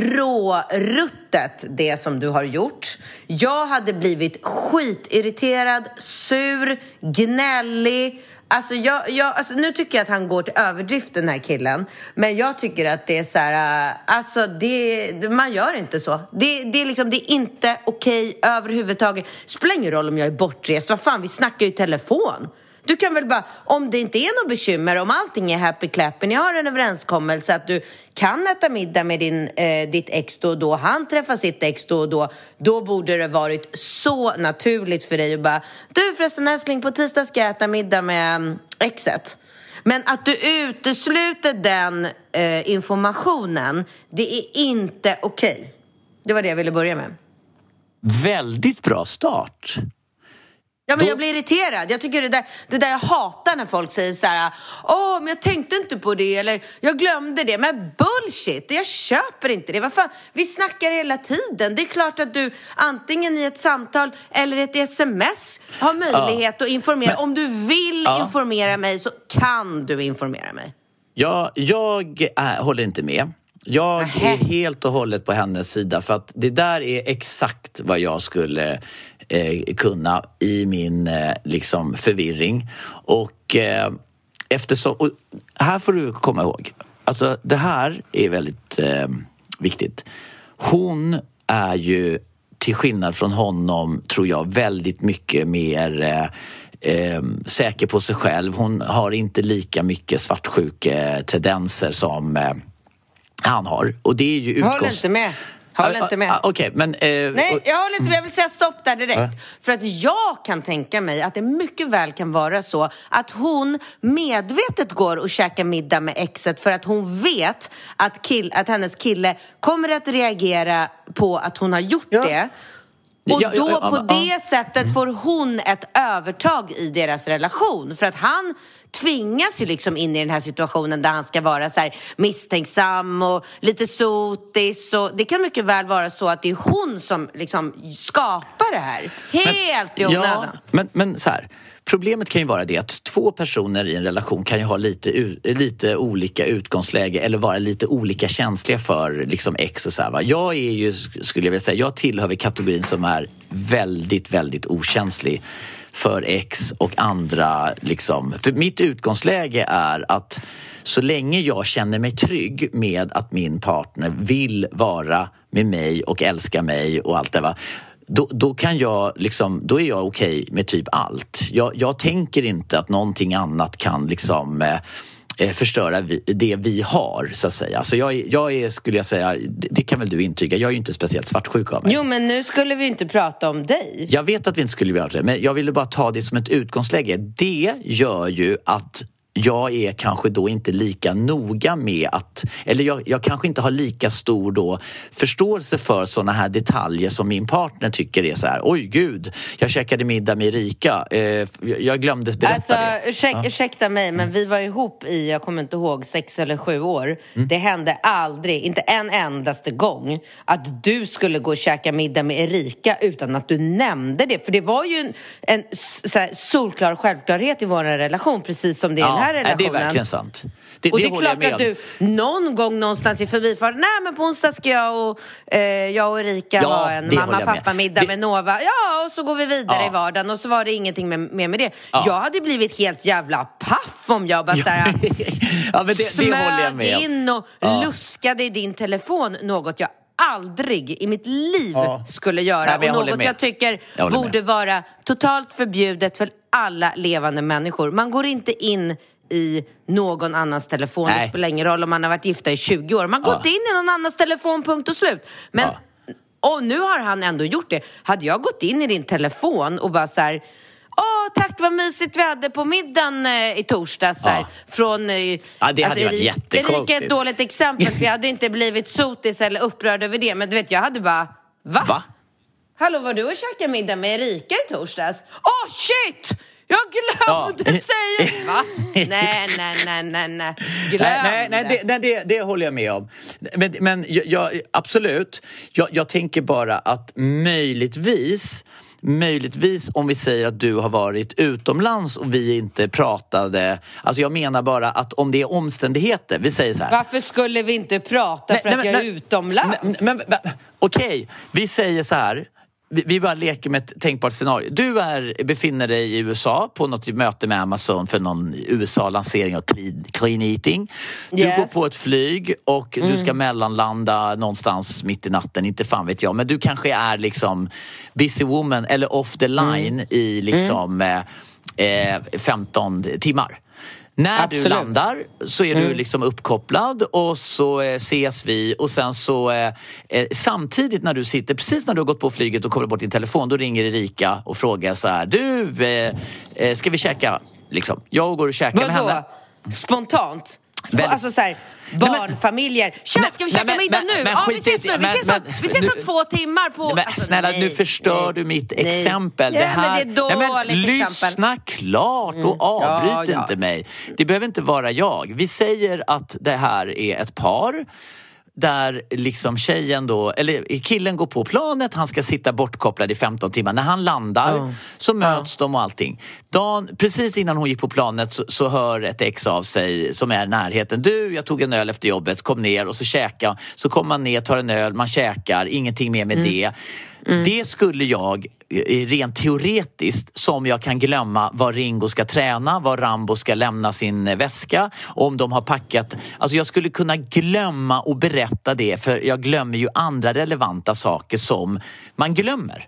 råruttet det som du har gjort. Jag hade blivit skitirriterad, sur, gnällig. Alltså, jag, jag, alltså nu tycker jag att han går till överdrift, den här killen. Men jag tycker att det är så här, alltså det, man gör inte så. Det, det, är liksom, det är inte okej överhuvudtaget. Spelar ingen roll om jag är bortrest. Vad fan, vi snackar ju i telefon. Du kan väl bara, om det inte är något bekymmer, om allting är happy clapping, jag har en överenskommelse att du kan äta middag med din, eh, ditt ex då och då, han träffar sitt ex då och då, då borde det varit så naturligt för dig att bara, du förresten älskling, på tisdag ska jag äta middag med exet. Men att du utesluter den eh, informationen, det är inte okej. Okay. Det var det jag ville börja med. Väldigt bra start. Ja, men jag blir irriterad. Jag tycker det där, det där jag hatar när folk säger så här: åh, men jag tänkte inte på det, eller jag glömde det. Men bullshit, jag köper inte det. Vad fan? Vi snackar hela tiden. Det är klart att du antingen i ett samtal eller ett sms har möjlighet ja. att informera. Men, om du vill ja. informera mig så kan du informera mig. Ja, jag äh, håller inte med. Jag är helt och hållet på hennes sida, för att det där är exakt vad jag skulle eh, kunna i min eh, liksom förvirring. Och eh, eftersom, och här får du komma ihåg, alltså det här är väldigt eh, viktigt. Hon är ju till skillnad från honom, tror jag, väldigt mycket mer eh, eh, säker på sig själv. Hon har inte lika mycket svartsjuke-tendenser som eh, han har. Och det är ju utgångs... Håller inte med. Håller inte med. Okej, okay, men... Eh, Nej, jag håller inte med. Jag vill säga stopp där direkt. Äh? För att jag kan tänka mig att det mycket väl kan vara så att hon medvetet går och käkar middag med exet för att hon vet att, kill, att hennes kille kommer att reagera på att hon har gjort ja. det. Och ja, då ja, ja, på ja, det ja. sättet får hon ett övertag i deras relation. För att han tvingas ju liksom in i den här situationen där han ska vara så här misstänksam och lite sotis. Och det kan mycket väl vara så att det är hon som liksom skapar det här. Helt men, i onödan. Ja, men, men så här... Problemet kan ju vara det att två personer i en relation kan ju ha lite, lite olika utgångsläge eller vara lite olika känsliga för liksom ex och så här, va? Jag är ju, skulle jag vilja säga, jag tillhör kategorin som är väldigt, väldigt okänslig för ex och andra liksom. För mitt utgångsläge är att så länge jag känner mig trygg med att min partner vill vara med mig och älska mig och allt det, va? Då, då kan jag liksom, då är jag okej med typ allt. Jag, jag tänker inte att någonting annat kan liksom eh, förstöra vi, det vi har, så att säga. Så jag, jag är, skulle jag säga, det, det kan väl du intyga, jag är ju inte speciellt svartsjuk av mig. Jo, men nu skulle vi inte prata om dig. Jag vet att vi inte skulle göra det, men jag ville bara ta det som ett utgångsläge. Det gör ju att jag är kanske då inte lika noga med att, eller jag, jag kanske inte har lika stor då förståelse för såna här detaljer som min partner tycker är så här, oj gud, jag käkade middag med Erika, eh, jag glömde berätta alltså, det. Ursäk, ja. Ursäkta mig, men vi var ihop i, jag kommer inte ihåg, sex eller sju år. Mm. Det hände aldrig, inte en endaste gång, att du skulle gå och käka middag med Erika utan att du nämnde det. För det var ju en, en så här, solklar självklarhet i vår relation, precis som det är ja. den här relationen. Det är verkligen sant. Det, och det, det är klart att du någon gång någonstans i förbifart, nej men på onsdag ska jag och, eh, jag och Erika ja, ha en mamma-pappa-middag med. med Nova. Ja, och så går vi vidare ja. i vardagen. Och så var det ingenting med, med, med det. Ja. Jag hade blivit helt jävla paff om jag bara såhär ja, men det, smög det håller jag med om. in och ja. luskade i din telefon. Något jag aldrig i mitt liv ja. skulle göra. Nej, jag och något jag tycker jag borde med. vara totalt förbjudet för alla levande människor. Man går inte in i någon annans telefon. Nej. Det spelar ingen roll om man har varit gifta i tjugo år. Man går ja. inte in i någon annans telefon, punkt och slut. Men, ja. och nu har han ändå gjort det. Hade jag gått in i din telefon och bara så här, åh, tack vad mysigt vi hade på middagen eh, i torsdags ja. från... Eh, ja, det hade alltså, varit jättekonstigt. Erika är ett dåligt exempel, för jag hade inte blivit sotis eller upprörd över det. Men du vet, jag hade bara, va? va? Hallå, var du och käkade middag med Erika i torsdags? Åh, shit! Jag glömde ja. säga, va? Nej, nej, nej, nej, nej. Glömde. Nej, nej, det, nej det, det håller jag med om. Men, men jag, absolut, jag, jag tänker bara att möjligtvis... Möjligtvis om vi säger att du har varit utomlands och vi inte pratade. Alltså jag menar bara att om det är omständigheter. Vi säger så här. Varför skulle vi inte prata nej, för nej, att jag nej, är utomlands? Men, men, men, okej, vi säger så här. Vi, vi bara leker med ett tänkbart scenario. Du är, befinner dig i U S A på något möte med Amazon för någon U S A-lansering av clean, clean eating. Du yes. går på ett flyg och mm. du ska mellanlanda någonstans mitt i natten. Inte fan vet jag. Men du kanske är liksom busy woman eller off the line mm. i liksom mm. eh, femton timmar. När Absolut. du landar så är mm. du liksom uppkopplad och så eh, ses vi och sen så eh, eh, samtidigt när du sitter, precis när du har gått på flyget och kopplar bort din telefon, då ringer Erika och frågar så här, du, eh, eh, ska vi käka? Liksom, jag går och käkar med henne. Spontant? Sp- alltså så här, barnfamiljer. Tja, ska vi käka nej, men, middag men, nu? Men, ja, vi ses nu. Vi ses, men, om, vi ses om två timmar på... Men, alltså, snälla, nej, nu förstör nej, du mitt nej. exempel. Ja, det här, men det är dåligt nej, men, lyssna klart och mm. avbryt ja, inte ja. mig. Det behöver inte vara jag. Vi säger att det här är ett par där liksom tjejen då, eller killen går på planet, han ska sitta bortkopplad i femton timmar. När han landar mm. så möts mm. de och allting. Dan, precis innan hon gick på planet så, så hör ett ex av sig som är i närheten. Du, jag tog en öl efter jobbet, kom ner och så käka. Så kommer man ner, tar en öl, man käkar, ingenting mer med mm. det. Mm. Det skulle jag rent teoretiskt, som jag kan glömma var Ringo ska träna, var Rambo ska lämna sin väska, om de har packat. Alltså jag skulle kunna glömma och berätta det, för jag glömmer ju andra relevanta saker som man glömmer.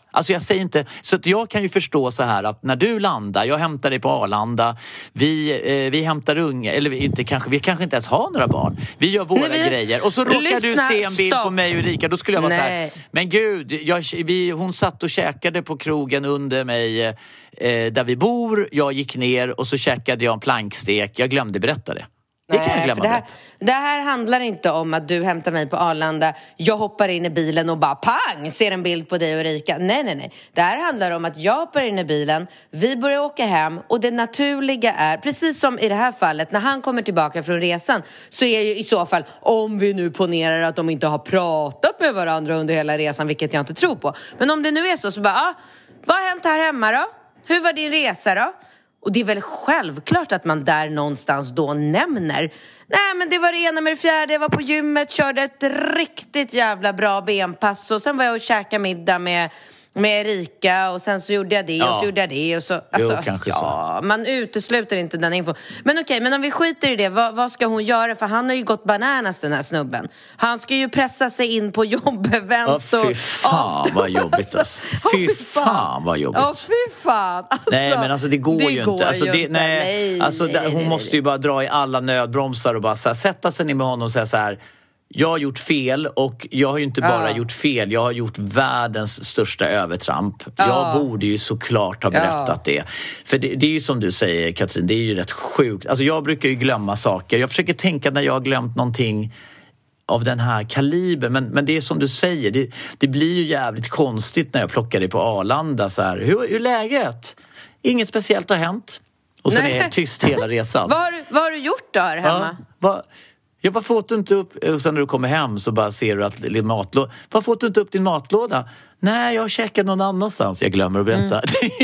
Alltså jag säger inte, så att jag kan ju förstå så här att när du landar, jag hämtar dig på Arlanda, vi, eh, vi hämtar unga, eller inte kanske, vi kanske inte ens har några barn. Vi gör våra Nej, vi... grejer och så råkar Lyssna, du se en bild stopp. på mig och Erika, då skulle jag vara Nej. så här, men gud, jag, vi, hon satt och käkade på krogen under mig eh, där vi bor, jag gick ner och så käkade jag en plankstek, jag glömde berätta det. Det kan jag glömma. Det här, det här handlar inte om att du hämtar mig på Arlanda, jag hoppar in i bilen och bara pang, ser en bild på dig och Erika. Nej, nej, nej. Det här handlar om att jag hoppar in i bilen, vi börjar åka hem och det naturliga är, precis som i det här fallet, när han kommer tillbaka från resan så är ju i så fall, om vi nu ponerar att de inte har pratat med varandra under hela resan, vilket jag inte tror på. Men om det nu är så, så bara, ah, vad har hänt här hemma då? Hur var din resa då? Och det är väl självklart att man där någonstans då nämner, nej men det var det ena med det fjärde, jag var på gymmet, körde ett riktigt jävla bra benpass och sen var jag och käkade middag med, med Erika och sen så gjorde jag det ja. och så gjorde jag det och så, alltså, jo, kanske ja, så. Man utesluter inte den info. Men okej, okay, men om vi skiter i det, vad, vad ska hon göra? För han har ju gått bananas, den här snubben. Han ska ju pressa sig in på jobbevent. Oh, fy fan och, vad jobbigt alltså. Fy oh, fan vad jobbigt. Ja, oh, fy fan. Alltså, nej, men alltså det går det ju går inte. Alltså, det, nej, nej, alltså, nej, hon nej, måste nej. ju bara dra i alla nödbromsar och bara så här, sätta sig ner med honom och säga så här: jag har gjort fel och jag har ju inte bara ja. gjort fel, jag har gjort världens största övertramp. Ja. Jag borde ju såklart ha berättat ja. det. För det, det är ju som du säger, Katrin, det är ju rätt sjukt. Alltså jag brukar ju glömma saker. Jag försöker tänka när jag har glömt någonting av den här kalibern. Men, men det är som du säger, det, det blir ju jävligt konstigt när jag plockar dig på Arlanda. Så här, hur, hur är läget? Inget speciellt har hänt. Och sen Nej. är det tyst hela resan. vad, har du, vad har du gjort då här hemma? Ja, vad... Jag bara får du inte upp, och sen när du kommer hem så bara ser du att din matlåda, varför får du inte upp din matlåda? Nej, jag har käkat någon annanstans. Jag glömmer att berätta. Mm.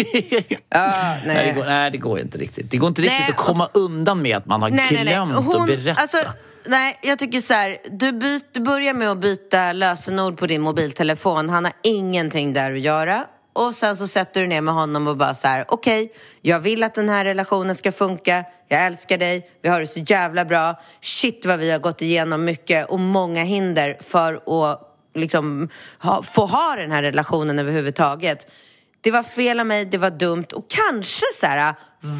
ah, nej. Nej, det går, nej, det går inte riktigt. Det går inte riktigt nej. att komma undan med att man har nej, glömt nej, nej. Hon, att berätta. Alltså, nej, jag tycker så här, du, byt, du börjar med att byta lösenord på din mobiltelefon. Han har ingenting där att göra. Och sen så sätter du ner med honom och bara så här: okej, okay, jag vill att den här relationen ska funka. Jag älskar dig, vi har det så jävla bra. Shit vad vi har gått igenom mycket och många hinder för att liksom ha, få ha den här relationen överhuvudtaget. Det var fel av mig, det var dumt. Och kanske så här,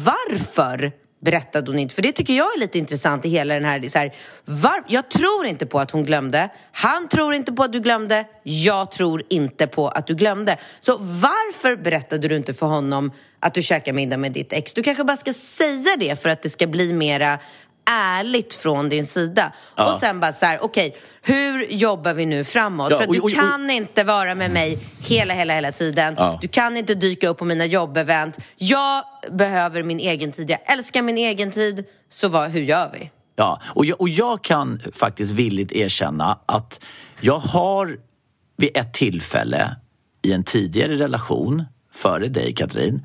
varför berättade hon inte? För det tycker jag är lite intressant i hela den här, så här var, jag tror inte på att hon glömde. Han tror inte på att du glömde. Jag tror inte på att du glömde. Så varför berättade du inte för honom att du käkar middag med ditt ex? Du kanske bara ska säga det för att det ska bli mera ärligt från din sida. Ja. Och sen bara så här, okej, okay, hur jobbar vi nu framåt? Ja, för att du oj, oj, oj. kan inte vara med mig hela, hela, hela tiden. Ja. Du kan inte dyka upp på mina jobbevent. Jag behöver min egen tid. Jag älskar min egen tid. Så vad, hur gör vi? Ja, och jag, och jag kan faktiskt villigt erkänna att jag har vid ett tillfälle i en tidigare relation före dig, Katrin,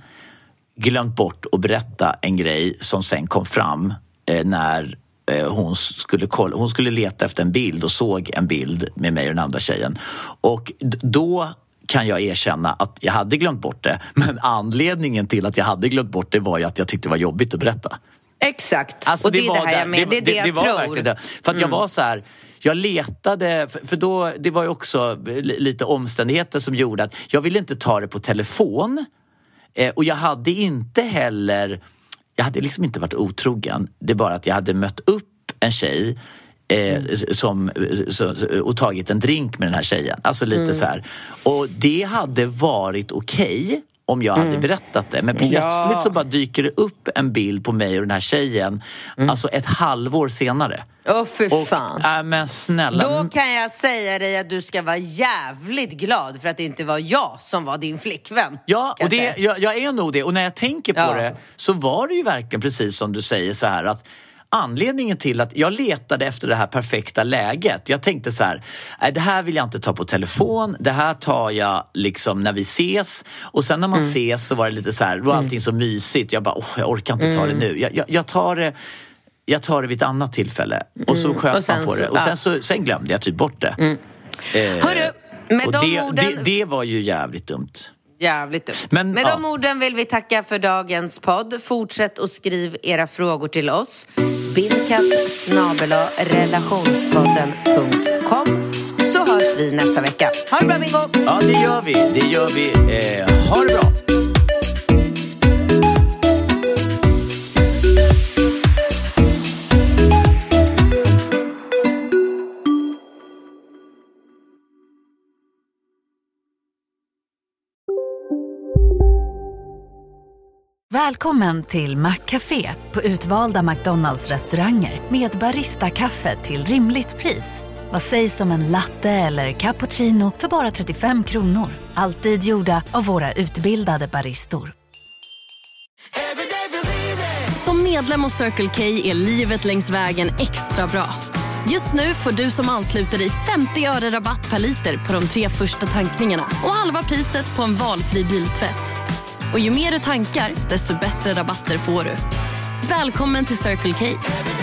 glömt bort att berätta en grej som sen kom fram eh, när eh, hon, skulle kolla, hon skulle leta efter en bild och såg en bild med mig och den andra tjejen. Och d- då kan jag erkänna att jag hade glömt bort det. Men anledningen till att jag hade glömt bort det var ju att jag tyckte det var jobbigt att berätta. Exakt, alltså, och det, det är det här jag med, det är det, det jag det tror. Verkligen det. För att mm. jag var så här, jag letade, för då, det var ju också lite omständigheter som gjorde att jag ville inte ta det på telefon. Eh, och jag hade inte heller, jag hade liksom inte varit otrogen. Det är bara att jag hade mött upp en tjej eh, mm. som, så, och tagit en drink med den här tjejen. Alltså lite mm. så här. Och det hade varit okej okay om jag hade mm. berättat det. Men plötsligt ja. så bara dyker det upp en bild på mig och den här tjejen. Mm. Alltså ett halvår senare. Åh, oh, för fan. Äh, men snälla. Då kan jag säga dig att du ska vara jävligt glad för att det inte var jag som var din flickvän. Ja, och det, jag, jag är nog det. Och när jag tänker på ja. det så var det ju verkligen precis som du säger så här att anledningen till att jag letade efter det här perfekta läget. Jag tänkte så här, nej, det här vill jag inte ta på telefon. Det här tar jag liksom när vi ses. Och sen när man mm. ses så var det lite så här, då var allting så mysigt. Jag bara, åh, jag orkar inte ta det nu. Jag, jag, jag tar det jag tar det vid ett annat tillfälle. Och så sköt man på det. Och sen, så, sen glömde jag typ bort det. Mm. Eh, Hörru, med och de det, orden... det, det var ju jävligt dumt. Jävligt dumt. Men, med ja. de orden vill vi tacka för dagens podd. Fortsätt och skriv era frågor till oss. bindkatt snabel-a relationspodden punkt com. Så hörs vi nästa vecka. Ha det bra, Bingo! Ja, det gör vi. Det gör vi. Eh, ha det bra. Välkommen till Maccafé på utvalda McDonalds restauranger med Barista-kaffe till rimligt pris. Vad sägs om en latte eller cappuccino för bara trettiofem kronor? Alltid gjorda av våra utbildade baristor. Som medlem hos Circle K är livet längs vägen extra bra. Just nu får du som ansluter dig femtio öre rabatt per liter på de tre första tankningarna och halva priset på en valfri biltvätt. Och ju mer du tankar, desto bättre rabatter får du. Välkommen till Circle K.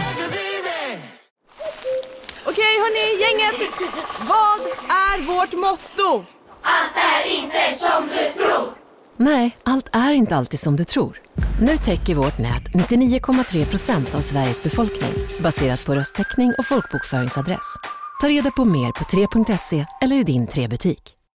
Okej hörni, gänget. Vad är vårt motto? Allt är inte som du tror. Nej, allt är inte alltid som du tror. Nu täcker vårt nät nittionio komma tre procent av Sveriges befolkning baserat på röstteckning och folkbokföringsadress. Ta reda på mer på tre punkt se eller i din tre butik.